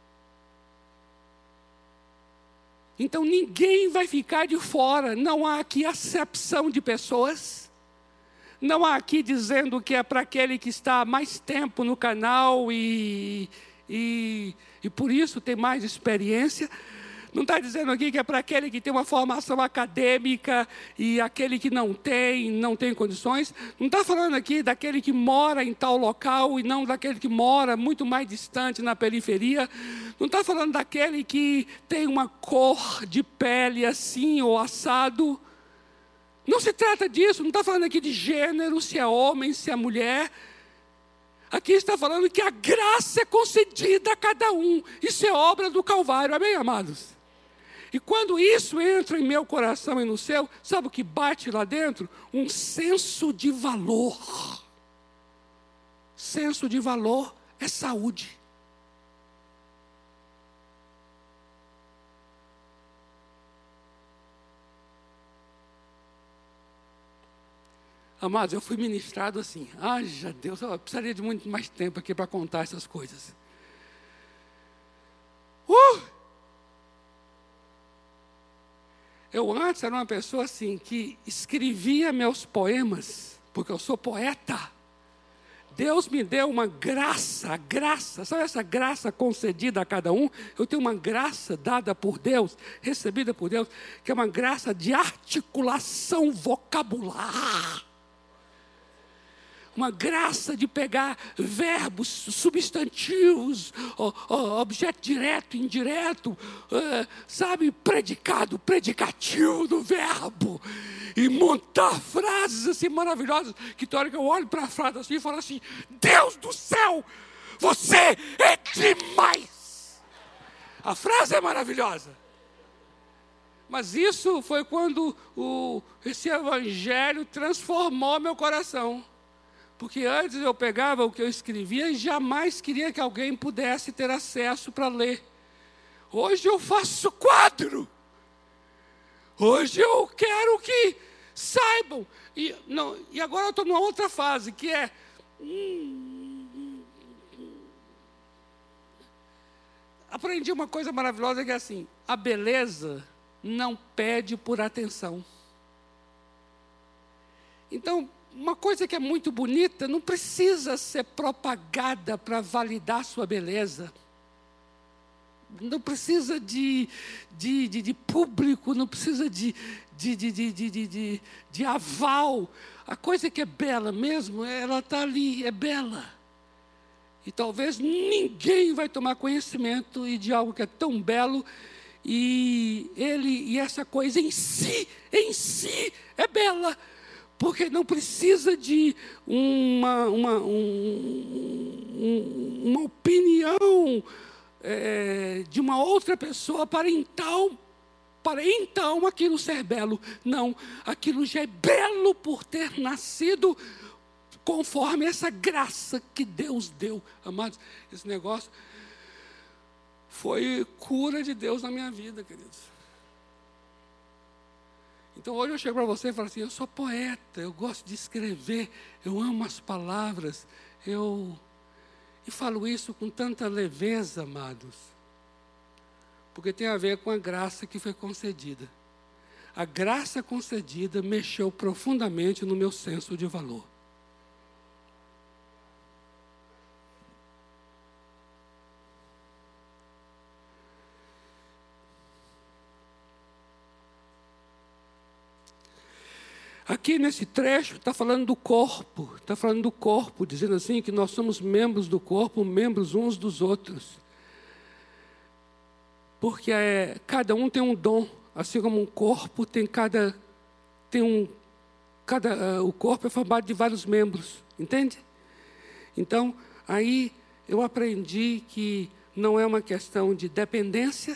Então ninguém vai ficar de fora. Não há aqui acepção de pessoas. Não há aqui dizendo que é para aquele que está há mais tempo no canal e, e, e por isso tem mais experiência. Não está dizendo aqui que é para aquele que tem uma formação acadêmica e aquele que não tem, não tem condições. Não está falando aqui daquele que mora em tal local e não daquele que mora muito mais distante na periferia. Não está falando daquele que tem uma cor de pele assim ou assado. Não se trata disso. Não está falando aqui de gênero, se é homem, se é mulher. Aqui está falando que a graça é concedida a cada um. Isso é obra do Calvário, amém, amados? E quando isso entra em meu coração e no seu, sabe o que bate lá dentro? Um senso de valor. Senso de valor é saúde. Amados, eu fui ministrado assim. Haja Deus, eu precisaria de muito mais tempo aqui para contar essas coisas. Uh! Eu antes era uma pessoa assim, que escrevia meus poemas, porque eu sou poeta. Deus me deu uma graça, graça, sabe essa graça concedida a cada um? Eu tenho uma graça dada por Deus, recebida por Deus, que é uma graça de articulação vocabular. Uma graça de pegar verbos, substantivos, objeto direto, indireto, sabe, predicado, predicativo do verbo, e montar frases assim maravilhosas, que toda hora que eu olho para a frase assim e falo assim, Deus do céu, você é demais. A frase é maravilhosa. Mas isso foi quando o, esse evangelho transformou meu coração. Porque antes eu pegava o que eu escrevia e jamais queria que alguém pudesse ter acesso para ler. Hoje eu faço quadro. Hoje eu quero que saibam. E, não, e agora eu estou numa outra fase, que é... Hum, aprendi uma coisa maravilhosa que é assim, a beleza não pede por atenção. Então, uma coisa que é muito bonita não precisa ser propagada para validar sua beleza. Não precisa de, de, de, de público, não precisa de, de, de, de, de, de, de, de aval. A coisa que é bela mesmo, ela está ali, é bela. E talvez ninguém vai tomar conhecimento de algo que é tão belo, e ele e essa coisa em si, em si, é bela. Porque não precisa de uma, uma, um, uma opinião é, de uma outra pessoa para então, para então aquilo ser belo. Não, aquilo já é belo por ter nascido conforme essa graça que Deus deu. Amados, esse negócio foi cura de Deus na minha vida, queridos. Então hoje eu chego para você e falo assim, eu sou poeta, eu gosto de escrever, eu amo as palavras, eu... E falo isso com tanta leveza, amados, porque tem a ver com a graça que foi concedida. A graça concedida mexeu profundamente no meu senso de valor. Aqui nesse trecho está falando do corpo, está falando do corpo, dizendo assim que nós somos membros do corpo, membros uns dos outros. Porque é, cada um tem um dom, assim como um corpo tem cada, tem um, cada, uh, o corpo é formado de vários membros, entende? Então, aí eu aprendi que não é uma questão de dependência,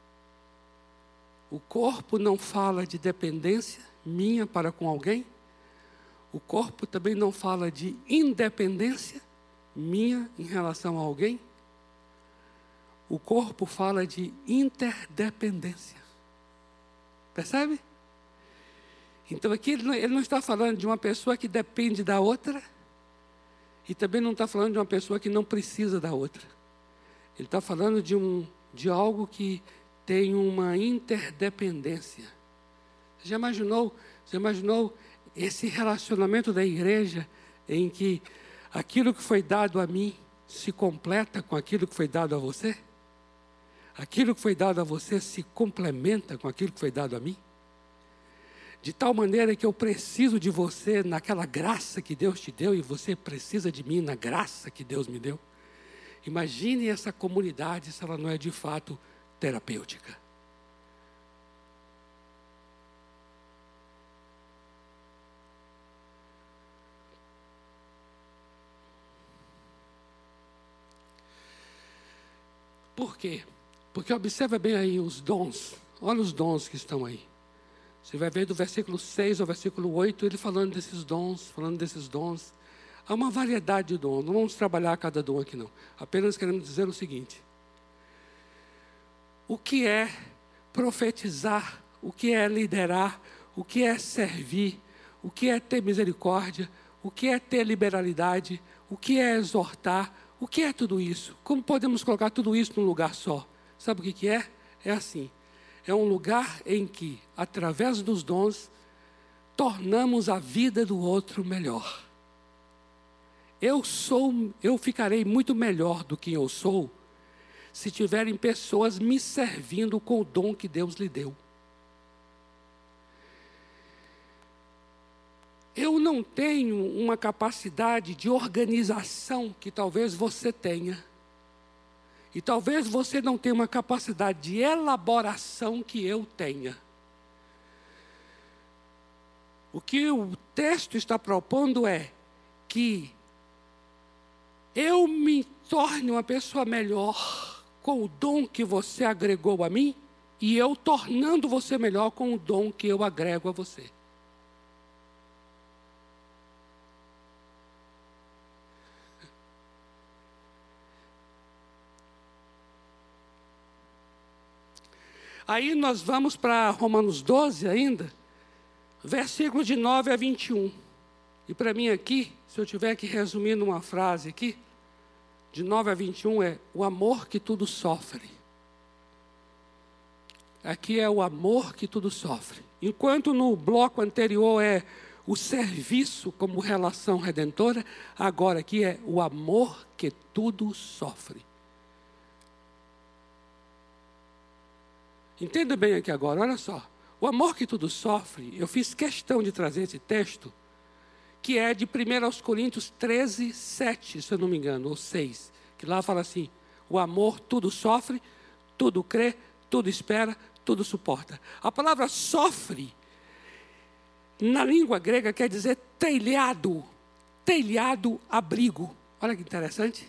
o corpo não fala de dependência minha para com alguém, o corpo também não fala de independência minha em relação a alguém, o corpo fala de interdependência, percebe? Então aqui ele não, ele não está falando de uma pessoa que depende da outra, e também não está falando de uma pessoa que não precisa da outra, ele está falando de, um, de algo que tem uma interdependência. Você já imaginou, você imaginou esse relacionamento da igreja em que aquilo que foi dado a mim se completa com aquilo que foi dado a você? aquilo que foi dado a você se complementa com aquilo que foi dado a mim? De tal maneira que eu preciso de você naquela graça que Deus te deu e você precisa de mim na graça que Deus me deu. Imagine essa comunidade se ela não é de fato terapêutica. Por quê? Porque observa bem aí os dons. Olha os dons que estão aí. Você vai ver do versículo seis ao versículo oito, ele falando desses dons, falando desses dons. Há uma variedade de dons, não vamos trabalhar cada dom aqui não. Apenas queremos dizer o seguinte. O que é profetizar, o que é liderar, o que é servir, o que é ter misericórdia, o que é ter liberalidade, o que é exortar, o que é tudo isso? Como podemos colocar tudo isso num lugar só? Sabe o que que é? É assim. É um lugar em que, através dos dons, tornamos a vida do outro melhor. Eu sou, eu ficarei muito melhor do que eu sou, se tiverem pessoas me servindo com o dom que Deus lhe deu. Eu não tenho uma capacidade de organização que talvez você tenha. E talvez você não tenha uma capacidade de elaboração que eu tenha. O que o texto está propondo é que eu me torne uma pessoa melhor com o dom que você agregou a mim e eu tornando você melhor com o dom que eu agrego a você. Aí nós vamos para Romanos doze ainda, versículos de nove a vinte e um. E para mim aqui, se eu tiver que resumir numa frase aqui, de nove a vinte e um é o amor que tudo sofre. Aqui é o amor que tudo sofre. Enquanto no bloco anterior é o serviço como relação redentora, agora aqui é o amor que tudo sofre. Entenda bem aqui agora, olha só. O amor que tudo sofre, eu fiz questão de trazer esse texto, que é de primeira aos Coríntios treze, sete, se eu não me engano, ou seis. Que lá fala assim, o amor tudo sofre, tudo crê, tudo espera, tudo suporta. A palavra sofre, na língua grega, quer dizer telhado, telhado, abrigo. Olha que interessante.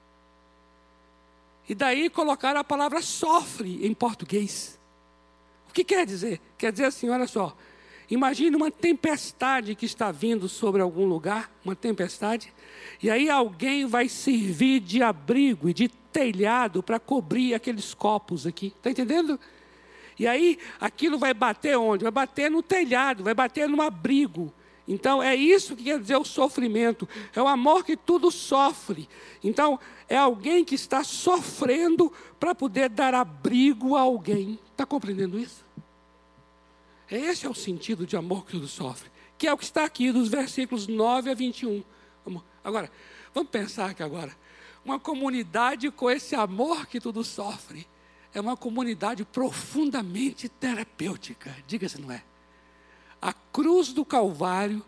E daí colocaram a palavra sofre em português. O que quer dizer? Quer dizer assim, olha só. Imagine uma tempestade que está vindo sobre algum lugar, uma tempestade, e aí alguém vai servir de abrigo e de telhado para cobrir aqueles copos aqui. Está entendendo? E aí aquilo vai bater onde? Vai bater no telhado, vai bater no abrigo. Então é isso que quer dizer o sofrimento. É o amor que tudo sofre. Então é alguém que está sofrendo para poder dar abrigo a alguém. Está compreendendo isso? Esse é o sentido de amor que tudo sofre, que é o que está aqui dos versículos nove a vinte e um. Agora, vamos pensar aqui agora. Uma comunidade com esse amor que tudo sofre é uma comunidade profundamente terapêutica. Diga se não é. A cruz do Calvário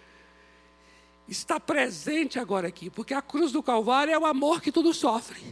está presente agora aqui, porque a cruz do Calvário é o amor que tudo sofre.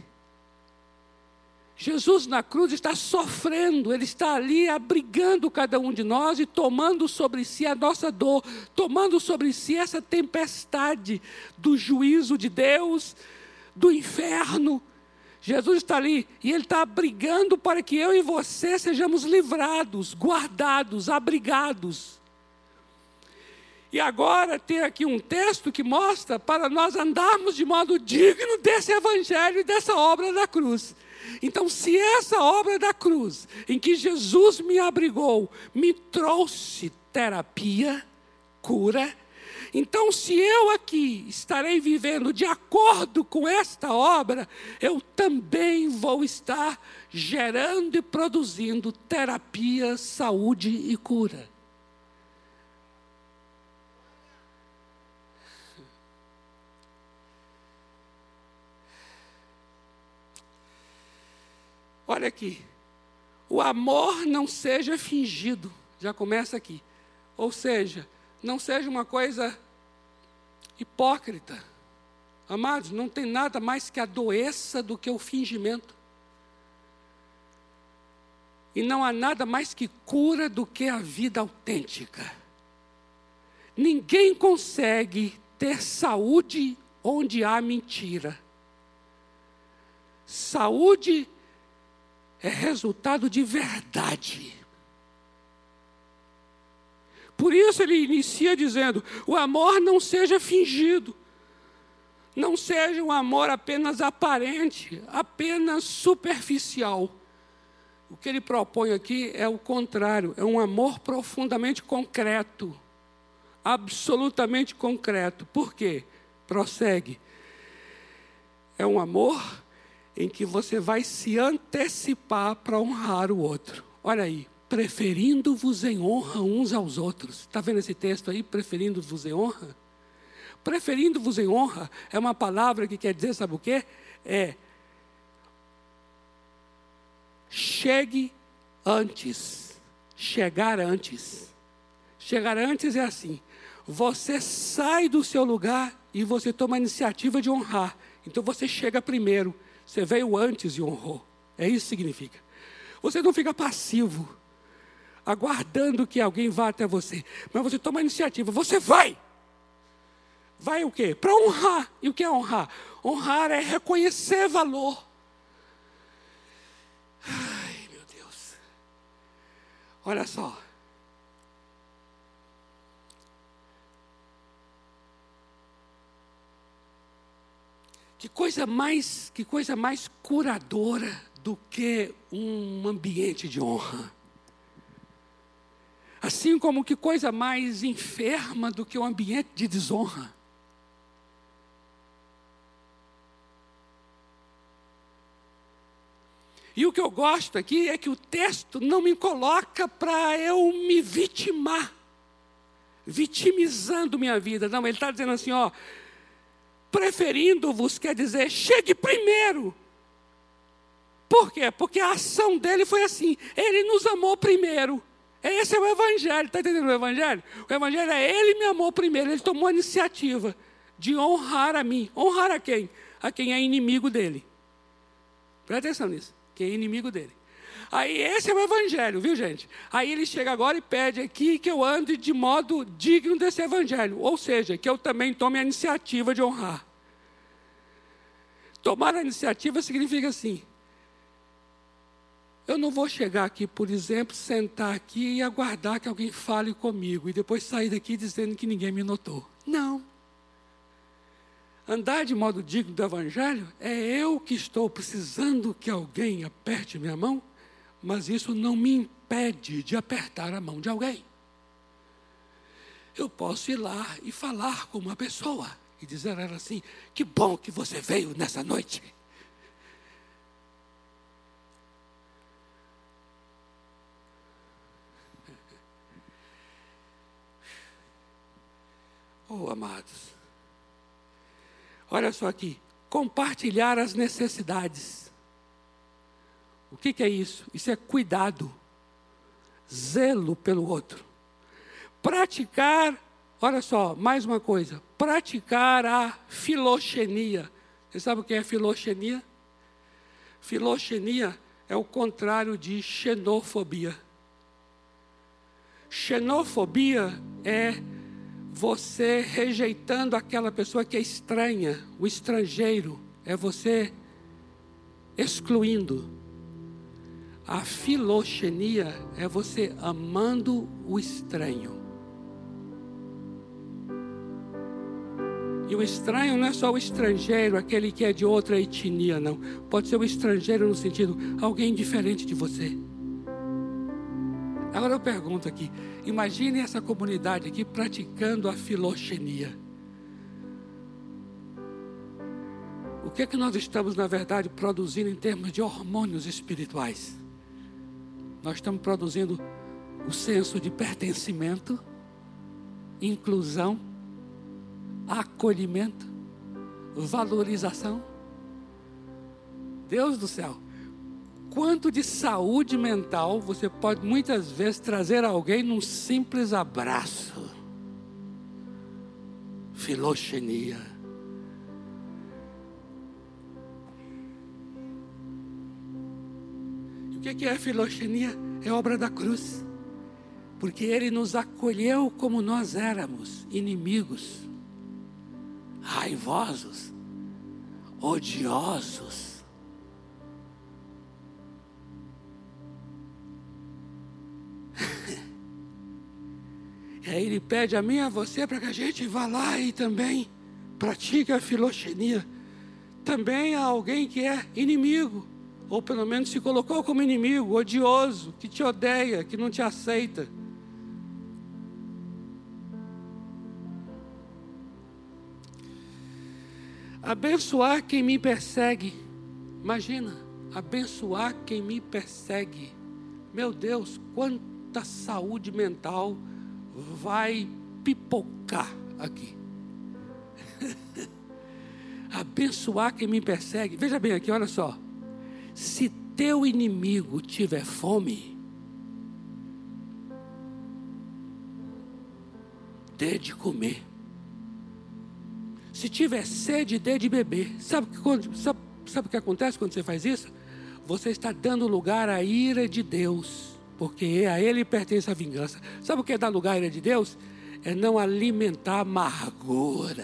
Jesus na cruz está sofrendo, Ele está ali abrigando cada um de nós e tomando sobre si a nossa dor, tomando sobre si essa tempestade do juízo de Deus, do inferno. Jesus está ali e Ele está abrigando para que eu e você sejamos livrados, guardados, abrigados. E agora tem aqui um texto que mostra para nós andarmos de modo digno desse evangelho e dessa obra da cruz. Então, se essa obra da cruz, em que Jesus me abrigou, me trouxe terapia, cura, então se eu aqui estarei vivendo de acordo com esta obra, eu também vou estar gerando e produzindo terapia, saúde e cura. Olha aqui. O amor não seja fingido. Já começa aqui. Ou seja, não seja uma coisa hipócrita. Amados, não tem nada mais que a doença do que o fingimento. E não há nada mais que cura do que a vida autêntica. Ninguém consegue ter saúde onde há mentira. Saúde é resultado de verdade. Por isso ele inicia dizendo, o amor não seja fingido. Não seja um amor apenas aparente, apenas superficial. O que ele propõe aqui é o contrário, é um amor profundamente concreto, absolutamente concreto. Por quê? Prossegue. É um amor em que você vai se antecipar para honrar o outro. Olha aí, preferindo-vos em honra uns aos outros. Está vendo esse texto aí, preferindo-vos em honra? Preferindo-vos em honra é uma palavra que quer dizer, sabe o quê? É chegue antes, chegar antes. Chegar antes é assim, você sai do seu lugar e você toma a iniciativa de honrar. Então você chega primeiro, você veio antes e honrou. É isso que significa. Você não fica passivo, aguardando que alguém vá até você, mas você toma a iniciativa, você vai. Vai o quê? Para honrar. E o que é honrar? Honrar é reconhecer valor. Ai, meu Deus. Olha só. Que coisa mais, que coisa mais curadora do que um ambiente de honra. Assim como que coisa mais enferma do que um ambiente de desonra. E o que eu gosto aqui é que o texto não me coloca para eu me vitimar, vitimizando minha vida. Não, ele está dizendo assim, ó, preferindo-vos quer dizer, chegue primeiro. Por quê? Porque a ação dele foi assim, ele nos amou primeiro. Esse é o Evangelho, está entendendo o Evangelho? O Evangelho é ele me amou primeiro, ele tomou a iniciativa de honrar a mim. Honrar a quem? A quem é inimigo dele. Presta atenção nisso. Que é inimigo dele. Aí esse é o Evangelho, viu gente? Aí ele chega agora e pede aqui que eu ande de modo digno desse Evangelho. Ou seja, que eu também tome a iniciativa de honrar. Tomar a iniciativa significa assim, eu não vou chegar aqui, por exemplo, sentar aqui e aguardar que alguém fale comigo e depois sair daqui dizendo que ninguém me notou. Não. Andar de modo digno do Evangelho é eu que estou precisando que alguém aperte minha mão, mas isso não me impede de apertar a mão de alguém. Eu posso ir lá e falar com uma pessoa e dizer a ela assim, que bom que você veio nessa noite. Oh, amados. Olha só aqui, compartilhar as necessidades. O que, que é isso? Isso é cuidado, zelo pelo outro. Praticar, olha só, mais uma coisa, praticar a filoxenia. Você sabe o que é filoxenia? Filoxenia é o contrário de xenofobia. Xenofobia é você rejeitando aquela pessoa que é estranha, o estrangeiro, é você excluindo. A filoxenia é você amando o estranho. E o estranho não é só o estrangeiro, aquele que é de outra etnia, não. Pode ser o estrangeiro no sentido, alguém diferente de você. Agora eu pergunto aqui, imagine essa comunidade aqui praticando a filoxenia. O que é que nós estamos, na verdade, produzindo em termos de hormônios espirituais? Nós estamos produzindo o senso de pertencimento, inclusão, acolhimento, valorização. Deus do céu, quanto de saúde mental você pode muitas vezes trazer a alguém num simples abraço. Filoxenia. E o que é filoxenia? É obra da cruz. Porque Ele nos acolheu como nós éramos, inimigos, raivosos, odiosos. E aí Ele pede a mim e a você para que a gente vá lá e também pratique a filoxenia. Também a alguém que é inimigo, ou pelo menos se colocou como inimigo, odioso, que te odeia, que não te aceita. Abençoar quem me persegue. Imagina, abençoar quem me persegue. Meu Deus, quanta saúde mental vai pipocar aqui. Abençoar quem me persegue. Veja bem aqui, olha só. Se teu inimigo tiver fome, dê de comer. Se tiver sede, dê de beber. Sabe, sabe, sabe o que acontece quando você faz isso? Você está dando lugar à ira de Deus, porque a Ele pertence a vingança. Sabe o que é dar lugar à ira de Deus? É não alimentar amargura.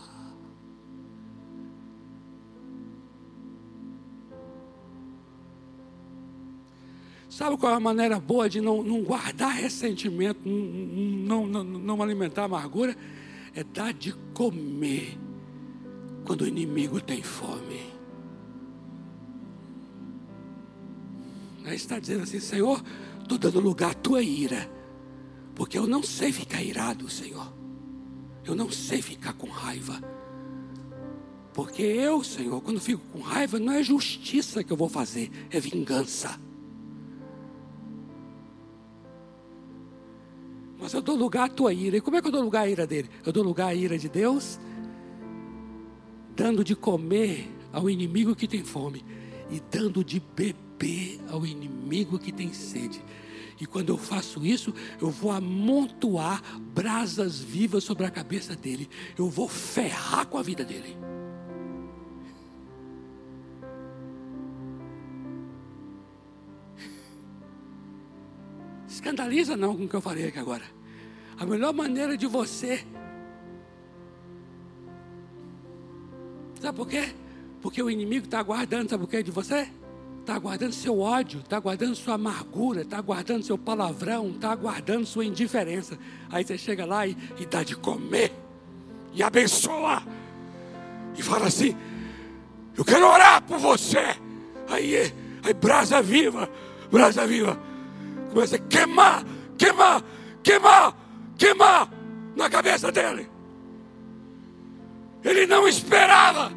Sabe qual é a maneira boa de não, não guardar ressentimento, não, não, não, não alimentar amargura? É dar de comer quando o inimigo tem fome. Aí está dizendo assim: Senhor, estou dando lugar à tua ira, porque eu não sei ficar irado, Senhor. Eu não sei ficar com raiva. Porque eu, Senhor, quando fico com raiva, não é justiça que eu vou fazer, é vingança. Mas eu dou lugar à tua ira. E como é que eu dou lugar à ira dele? Eu dou lugar à ira de Deus, dando de comer ao inimigo que tem fome e dando de beber ao inimigo que tem sede. E quando eu faço isso, eu vou amontoar brasas vivas sobre a cabeça dele. Eu vou ferrar com a vida dele. Escandaliza não com o que eu falei aqui agora. A melhor maneira de você... Sabe por quê? Porque o inimigo está aguardando, sabe o que de você? Está aguardando seu ódio, está aguardando sua amargura, está aguardando seu palavrão, está aguardando sua indiferença. Aí você chega lá e, e dá de comer, e abençoa, e fala assim: eu quero orar por você. Aí, aí brasa viva, brasa viva, começa a queimar, queimar, queimar, queimar na cabeça dele. Ele não esperava.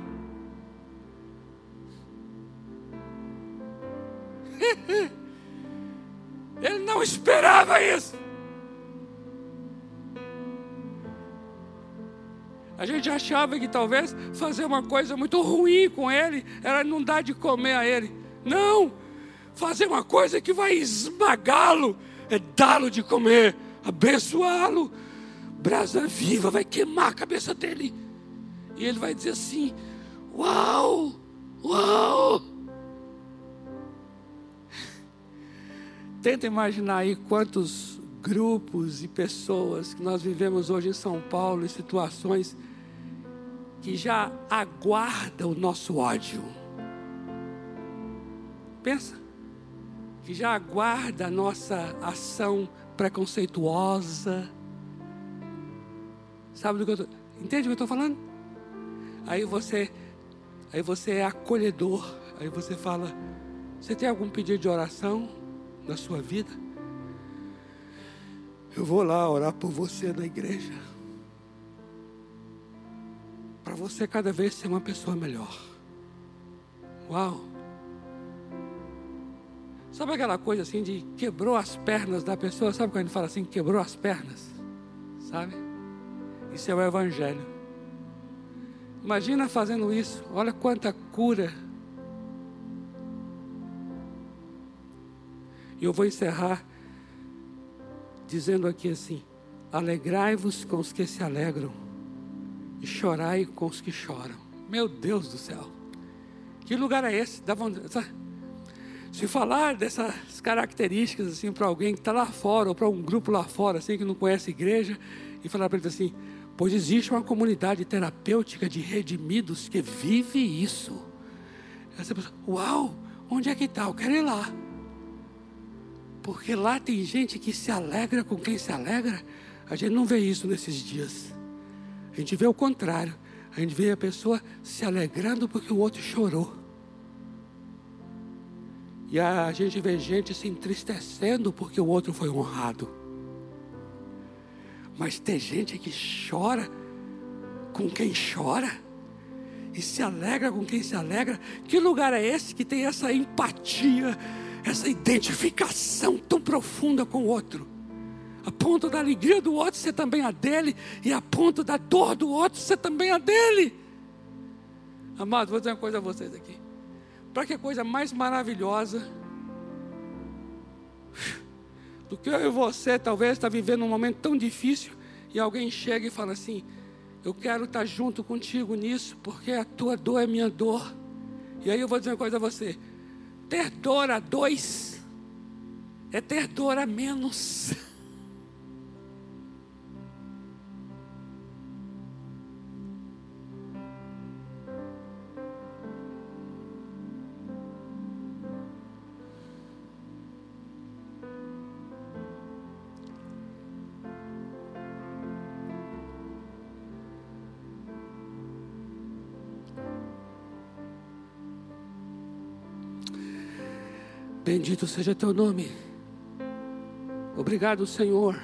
Ele não esperava isso. A gente achava que talvez fazer uma coisa muito ruim com ele era não dar de comer a ele. Não, fazer uma coisa que vai esmagá-lo é dá-lo de comer, abençoá-lo. Brasa viva vai queimar a cabeça dele. E ele vai dizer assim: uau, uau. Tenta imaginar aí quantos grupos e pessoas que nós vivemos hoje em São Paulo, em situações que já aguardam o nosso ódio. Pensa, que já aguarda a nossa ação preconceituosa. Sabe do que eu tô, entende o que eu estou falando? Aí você, aí você é acolhedor, aí você fala: você tem algum pedido de oração na sua vida? Eu vou lá orar por você na igreja, para você cada vez ser uma pessoa melhor. Uau! Sabe aquela coisa assim de quebrou as pernas da pessoa? Sabe quando a gente fala assim, quebrou as pernas? Sabe? Isso é o evangelho. Imagina fazendo isso. Olha quanta cura E eu vou encerrar dizendo aqui assim: alegrai-vos com os que se alegram e chorai com os que choram. Meu Deus do céu, que lugar é esse? Dá vontade. Se falar dessas características assim para alguém que está lá fora, ou para um grupo lá fora assim que não conhece a igreja, e falar para ele assim: pois existe uma comunidade terapêutica de redimidos que vive isso. Essa pessoa: uau, onde é que está? Eu quero ir lá. Porque lá tem gente que se alegra com quem se alegra. A gente não vê isso nesses dias. A gente vê o contrário. A gente vê a pessoa se alegrando porque o outro chorou. E a gente vê gente se entristecendo porque o outro foi honrado. Mas tem gente que chora com quem chora e se alegra com quem se alegra. Que lugar é esse que tem essa empatia, essa identificação tão profunda com o outro? A ponto da alegria do outro ser também a dele, e a ponto da dor do outro ser também a dele. Amado, vou dizer uma coisa a vocês aqui. Para que coisa mais maravilhosa do que eu e você talvez está vivendo um momento tão difícil e alguém chega e fala assim: eu quero estar junto contigo nisso, porque a tua dor é minha dor. E aí eu vou dizer uma coisa a você: ter dor a dois é ter dor a menos. Bendito seja teu nome. Obrigado, Senhor.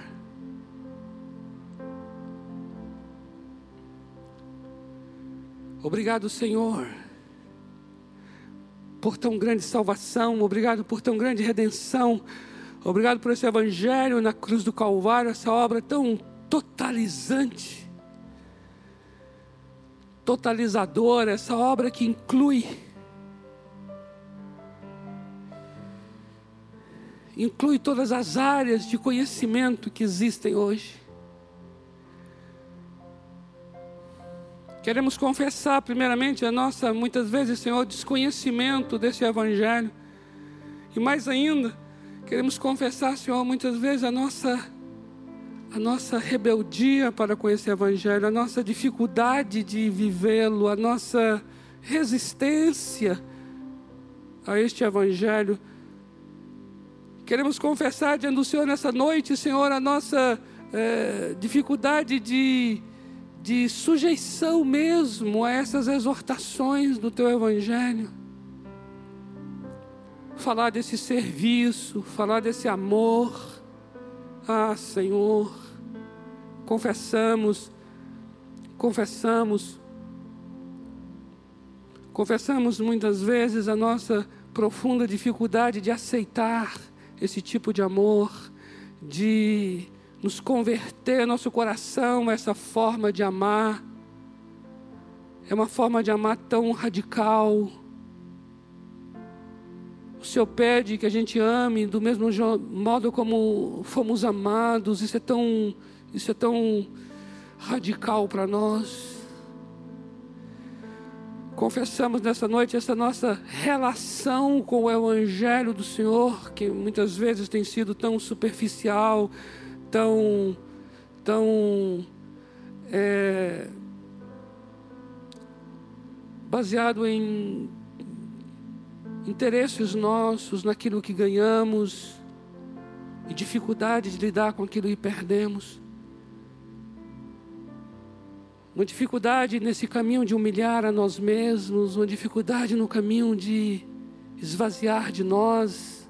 Obrigado, Senhor, por tão grande salvação. Obrigado por tão grande redenção. Obrigado por esse evangelho na cruz do Calvário, essa obra tão totalizante, totalizadora, essa obra que inclui Inclui todas as áreas de conhecimento que existem hoje. Queremos confessar primeiramente a nossa, muitas vezes, Senhor, desconhecimento desse evangelho. E mais ainda, queremos confessar, Senhor, muitas vezes a nossa, a nossa rebeldia para com esse evangelho, a nossa dificuldade de vivê-lo, a nossa resistência a este evangelho. Queremos confessar diante do Senhor nessa noite, Senhor, a nossa é, dificuldade de, de sujeição mesmo a essas exortações do Teu Evangelho. Falar desse serviço, falar desse amor. Ah, Senhor, confessamos, confessamos, confessamos muitas vezes a nossa profunda dificuldade de aceitar esse tipo de amor, de nos converter nosso coração a essa forma de amar. É uma forma de amar tão radical. O Senhor pede que a gente ame do mesmo modo como fomos amados. Isso é tão, isso é tão radical para nós. Confessamos nessa noite essa nossa relação com o Evangelho do Senhor, que muitas vezes tem sido tão superficial, tão, tão é, baseado em interesses nossos, naquilo que ganhamos, e dificuldade de lidar com aquilo que perdemos. Uma dificuldade nesse caminho de humilhar a nós mesmos, uma dificuldade no caminho de esvaziar de nós.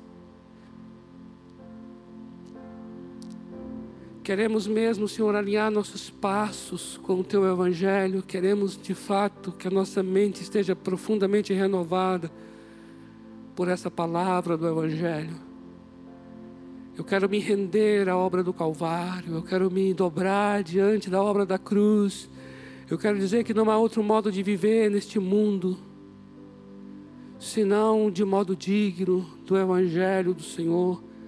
Queremos mesmo, Senhor, alinhar nossos passos com o Teu Evangelho. Queremos, de fato, que a nossa mente esteja profundamente renovada por essa palavra do Evangelho. Eu quero me render à obra do Calvário. Eu quero me dobrar diante da obra da cruz. Eu quero dizer que não há outro modo de viver neste mundo, senão de modo digno do Evangelho do Senhor.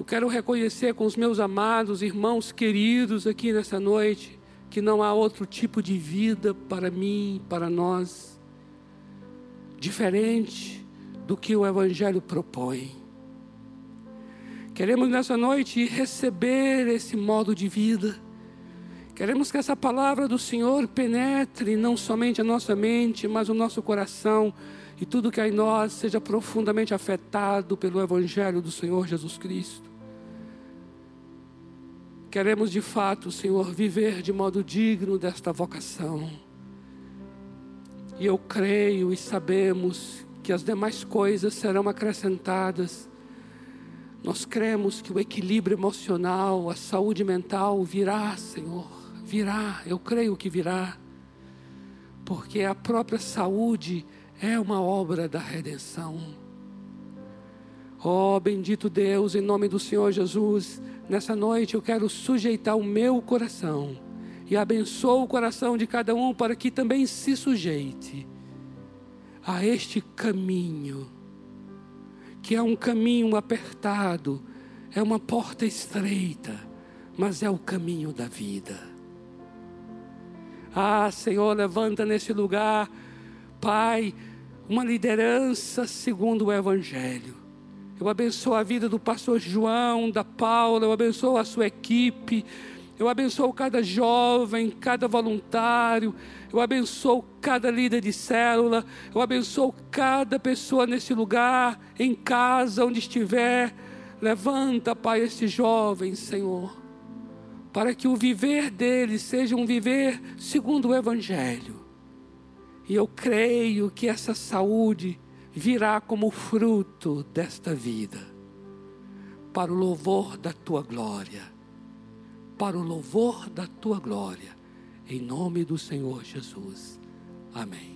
Eu quero reconhecer com os meus amados irmãos queridos aqui nessa noite que não há outro tipo de vida para mim, para nós, diferente do que o Evangelho propõe. Queremos nessa noite receber esse modo de vida. Queremos que essa palavra do Senhor penetre não somente a nossa mente, mas o nosso coração, e tudo que há em nós seja profundamente afetado pelo Evangelho do Senhor Jesus Cristo. Queremos de fato, Senhor, viver de modo digno desta vocação. E eu creio e sabemos que as demais coisas serão acrescentadas. Nós cremos que o equilíbrio emocional, a saúde mental virá, Senhor, virá, eu creio que virá, porque a própria saúde é uma obra da redenção. Oh, bendito Deus, em nome do Senhor Jesus, nessa noite eu quero sujeitar o meu coração e abençoo o coração de cada um para que também se sujeite a este caminho, que é um caminho apertado, é uma porta estreita, mas é o caminho da vida. Ah, Senhor, levanta nesse lugar, Pai, uma liderança segundo o Evangelho. Eu abençoo a vida do pastor João, da Paula, eu abençoo a sua equipe, eu abençoo cada jovem, cada voluntário, eu abençoo cada líder de célula, eu abençoo cada pessoa nesse lugar, em casa, onde estiver. Levanta, Pai, esses jovens, Senhor, para que o viver deles seja um viver segundo o Evangelho. E eu creio que essa saúde virá como fruto desta vida, para o louvor da Tua glória, para o louvor da Tua glória, em nome do Senhor Jesus. Amém.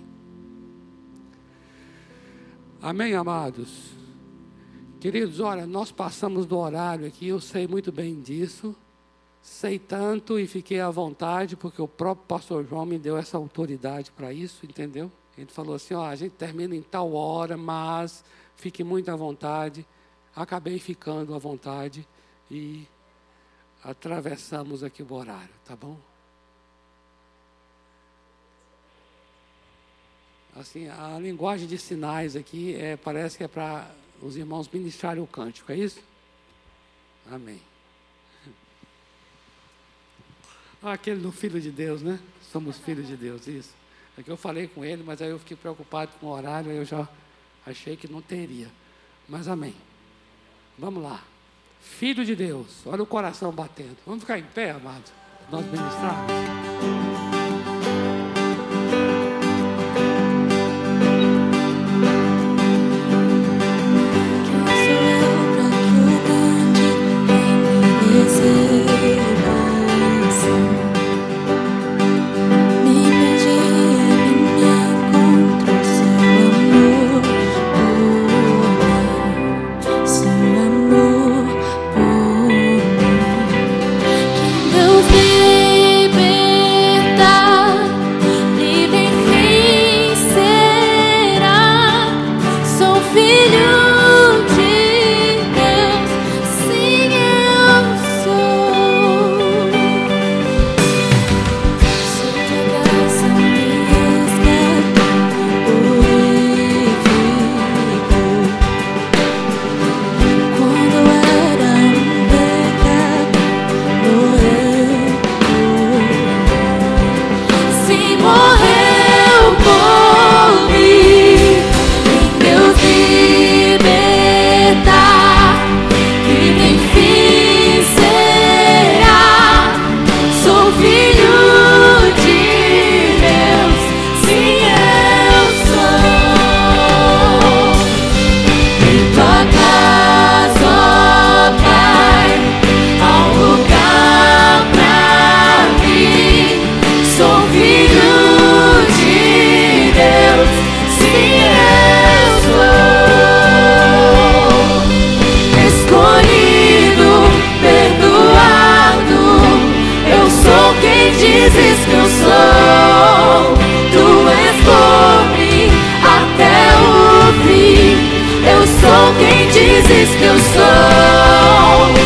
Amém, amados. Queridos, olha, nós passamos do horário aqui, eu sei muito bem disso, sei tanto e fiquei à vontade, porque o próprio pastor João me deu essa autoridade para isso, entendeu? Ele falou assim, ó, a gente termina em tal hora, mas fique muito à vontade. Acabei ficando à vontade e atravessamos aqui o horário, tá bom? Assim, a linguagem de sinais aqui é, parece que é para os irmãos ministrarem o cântico, é isso? Amém. Ah, aquele do Filho de Deus, né? Somos filhos de Deus, isso. É que eu falei com ele, mas aí eu fiquei preocupado com o horário, aí eu já achei que não teria. Mas amém. Vamos lá. Filho de Deus, olha o coração batendo. Vamos ficar em pé, amados? Nós ministrarmos. Quem dizes que eu sou?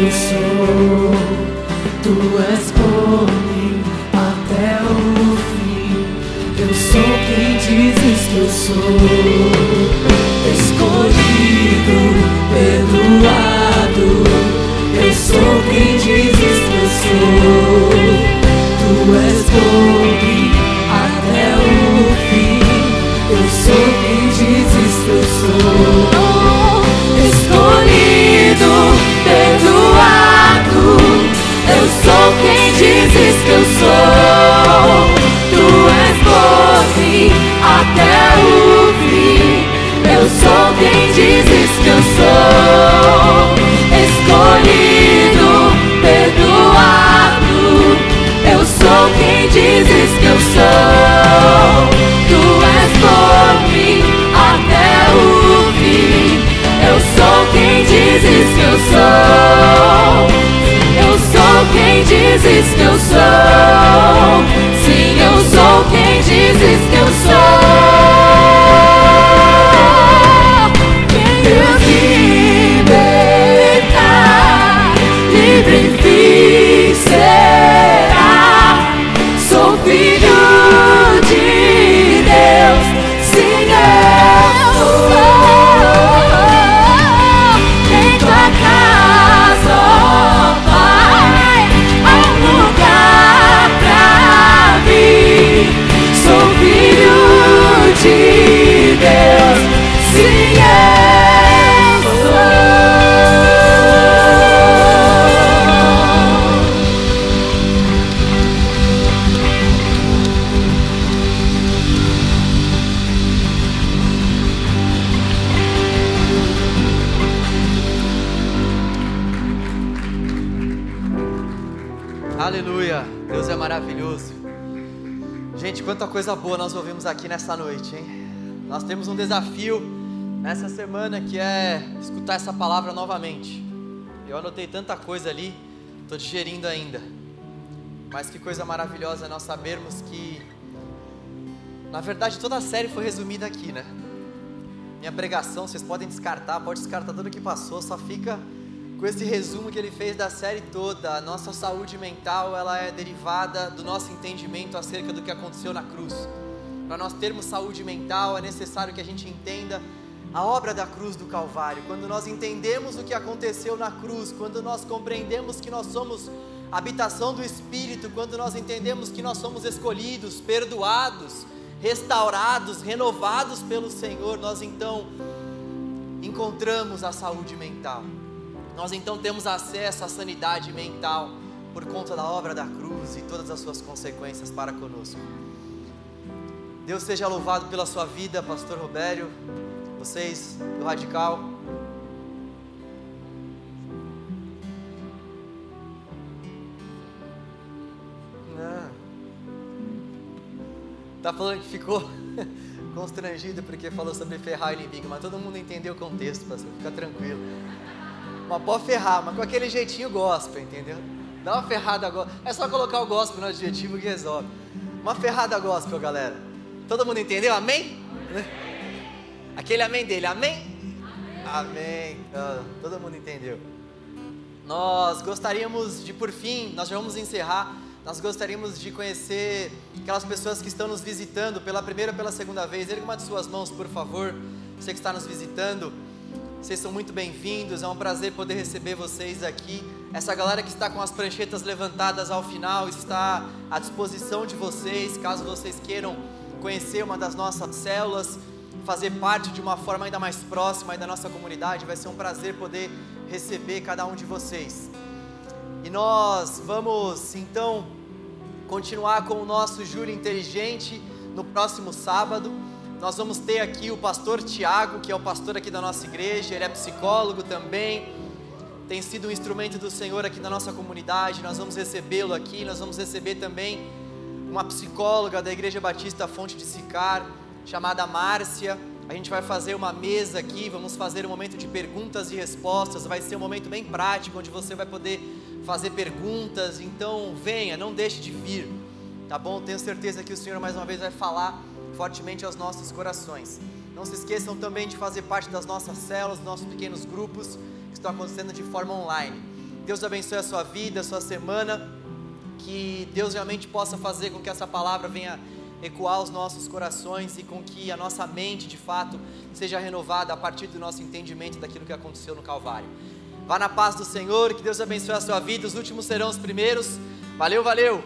eu sou. Tu és por mim até o fim. Eu sou quem dizes que eu sou. Escolhido, perdoado. Eu sou quem dizes que eu sou. Tu és por mim até o fim. Eu sou quem dizes que eu sou. Escolhido, perdoado. Eu sou quem dizes que eu sou. Tu és por mim até o fim. Eu sou quem dizes que eu sou. Escolhido, perdoado. Eu sou quem dizes que eu sou. Tu és por mim até o fim. Eu sou quem dizes que eu sou. Eu sou quem dizes que eu sou. Sim, eu sou quem dizes que eu sou. Deus liberta, livre fim será. Sou filho de Deus, sim, eu sou. Em tua casa, ó Pai, há um lugar pra mim. Sou filho de Deus, sim, eu sou. Aleluia, Deus é maravilhoso. Gente, quanta coisa boa nós ouvimos aqui nessa noite, hein? Nós temos um desafio nessa semana que é escutar essa palavra novamente. Eu anotei tanta coisa ali, estou digerindo ainda. Mas que coisa maravilhosa nós sabermos que, na verdade, toda a série foi resumida aqui, né? Minha pregação, vocês podem descartar, pode descartar tudo o que passou, só fica com esse resumo que ele fez da série toda. A nossa saúde mental, ela é derivada do nosso entendimento acerca do que aconteceu na cruz. Para nós termos saúde mental, é necessário que a gente entenda a obra da cruz do Calvário. Quando nós entendemos o que aconteceu na cruz, quando nós compreendemos que nós somos habitação do Espírito, quando nós entendemos que nós somos escolhidos, perdoados, restaurados, renovados pelo Senhor, nós então encontramos a saúde mental. Nós então temos acesso à sanidade mental por conta da obra da cruz e todas as suas consequências para conosco. Deus seja louvado pela sua vida, Pastor Robério, vocês do Radical. Não. Tá falando que ficou constrangido porque falou sobre ferrar o inimigo, mas todo mundo entendeu o contexto, pastor, fica tranquilo. Mas pode ferrar, mas com aquele jeitinho gospel, entendeu? Dá uma ferrada gospel. É só colocar o gospel no adjetivo que resolve. Uma ferrada gospel, galera. Todo mundo entendeu? Amém? Amém. Aquele amém dele, amém? Amém. Amém. Ah, todo mundo entendeu. Nós gostaríamos de, por fim, nós já vamos encerrar. Nós gostaríamos de conhecer aquelas pessoas que estão nos visitando pela primeira ou pela segunda vez. Erga uma de suas mãos, por favor. Você que está nos visitando. Vocês são muito bem-vindos, é um prazer poder receber vocês aqui. Essa galera que está com as pranchetas levantadas ao final está à disposição de vocês, caso vocês queiram conhecer uma das nossas células, fazer parte de uma forma ainda mais próxima aí da nossa comunidade. Vai ser um prazer poder receber cada um de vocês. E nós vamos então continuar com o nosso Júlio Inteligente no próximo sábado. Nós vamos ter aqui o pastor Tiago, que é o pastor aqui da nossa igreja, ele é psicólogo também, tem sido um instrumento do Senhor aqui na nossa comunidade. Nós vamos recebê-lo aqui, nós vamos receber também uma psicóloga da Igreja Batista Fonte de Sicar, chamada Márcia. A gente vai fazer uma mesa aqui, vamos fazer um momento de perguntas e respostas, vai ser um momento bem prático, onde você vai poder fazer perguntas. Então venha, não deixe de vir, tá bom? Tenho certeza que o Senhor mais uma vez vai falar fortemente aos nossos corações. Não se esqueçam também de fazer parte das nossas células, dos nossos pequenos grupos que estão acontecendo de forma online. Deus abençoe a sua vida, a sua semana, que Deus realmente possa fazer com que essa palavra venha ecoar os nossos corações e com que a nossa mente, de fato, seja renovada a partir do nosso entendimento daquilo que aconteceu no Calvário. Vá na paz do Senhor, que Deus abençoe a sua vida, os últimos serão os primeiros. Valeu, valeu!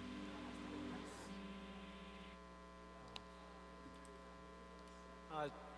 Ah,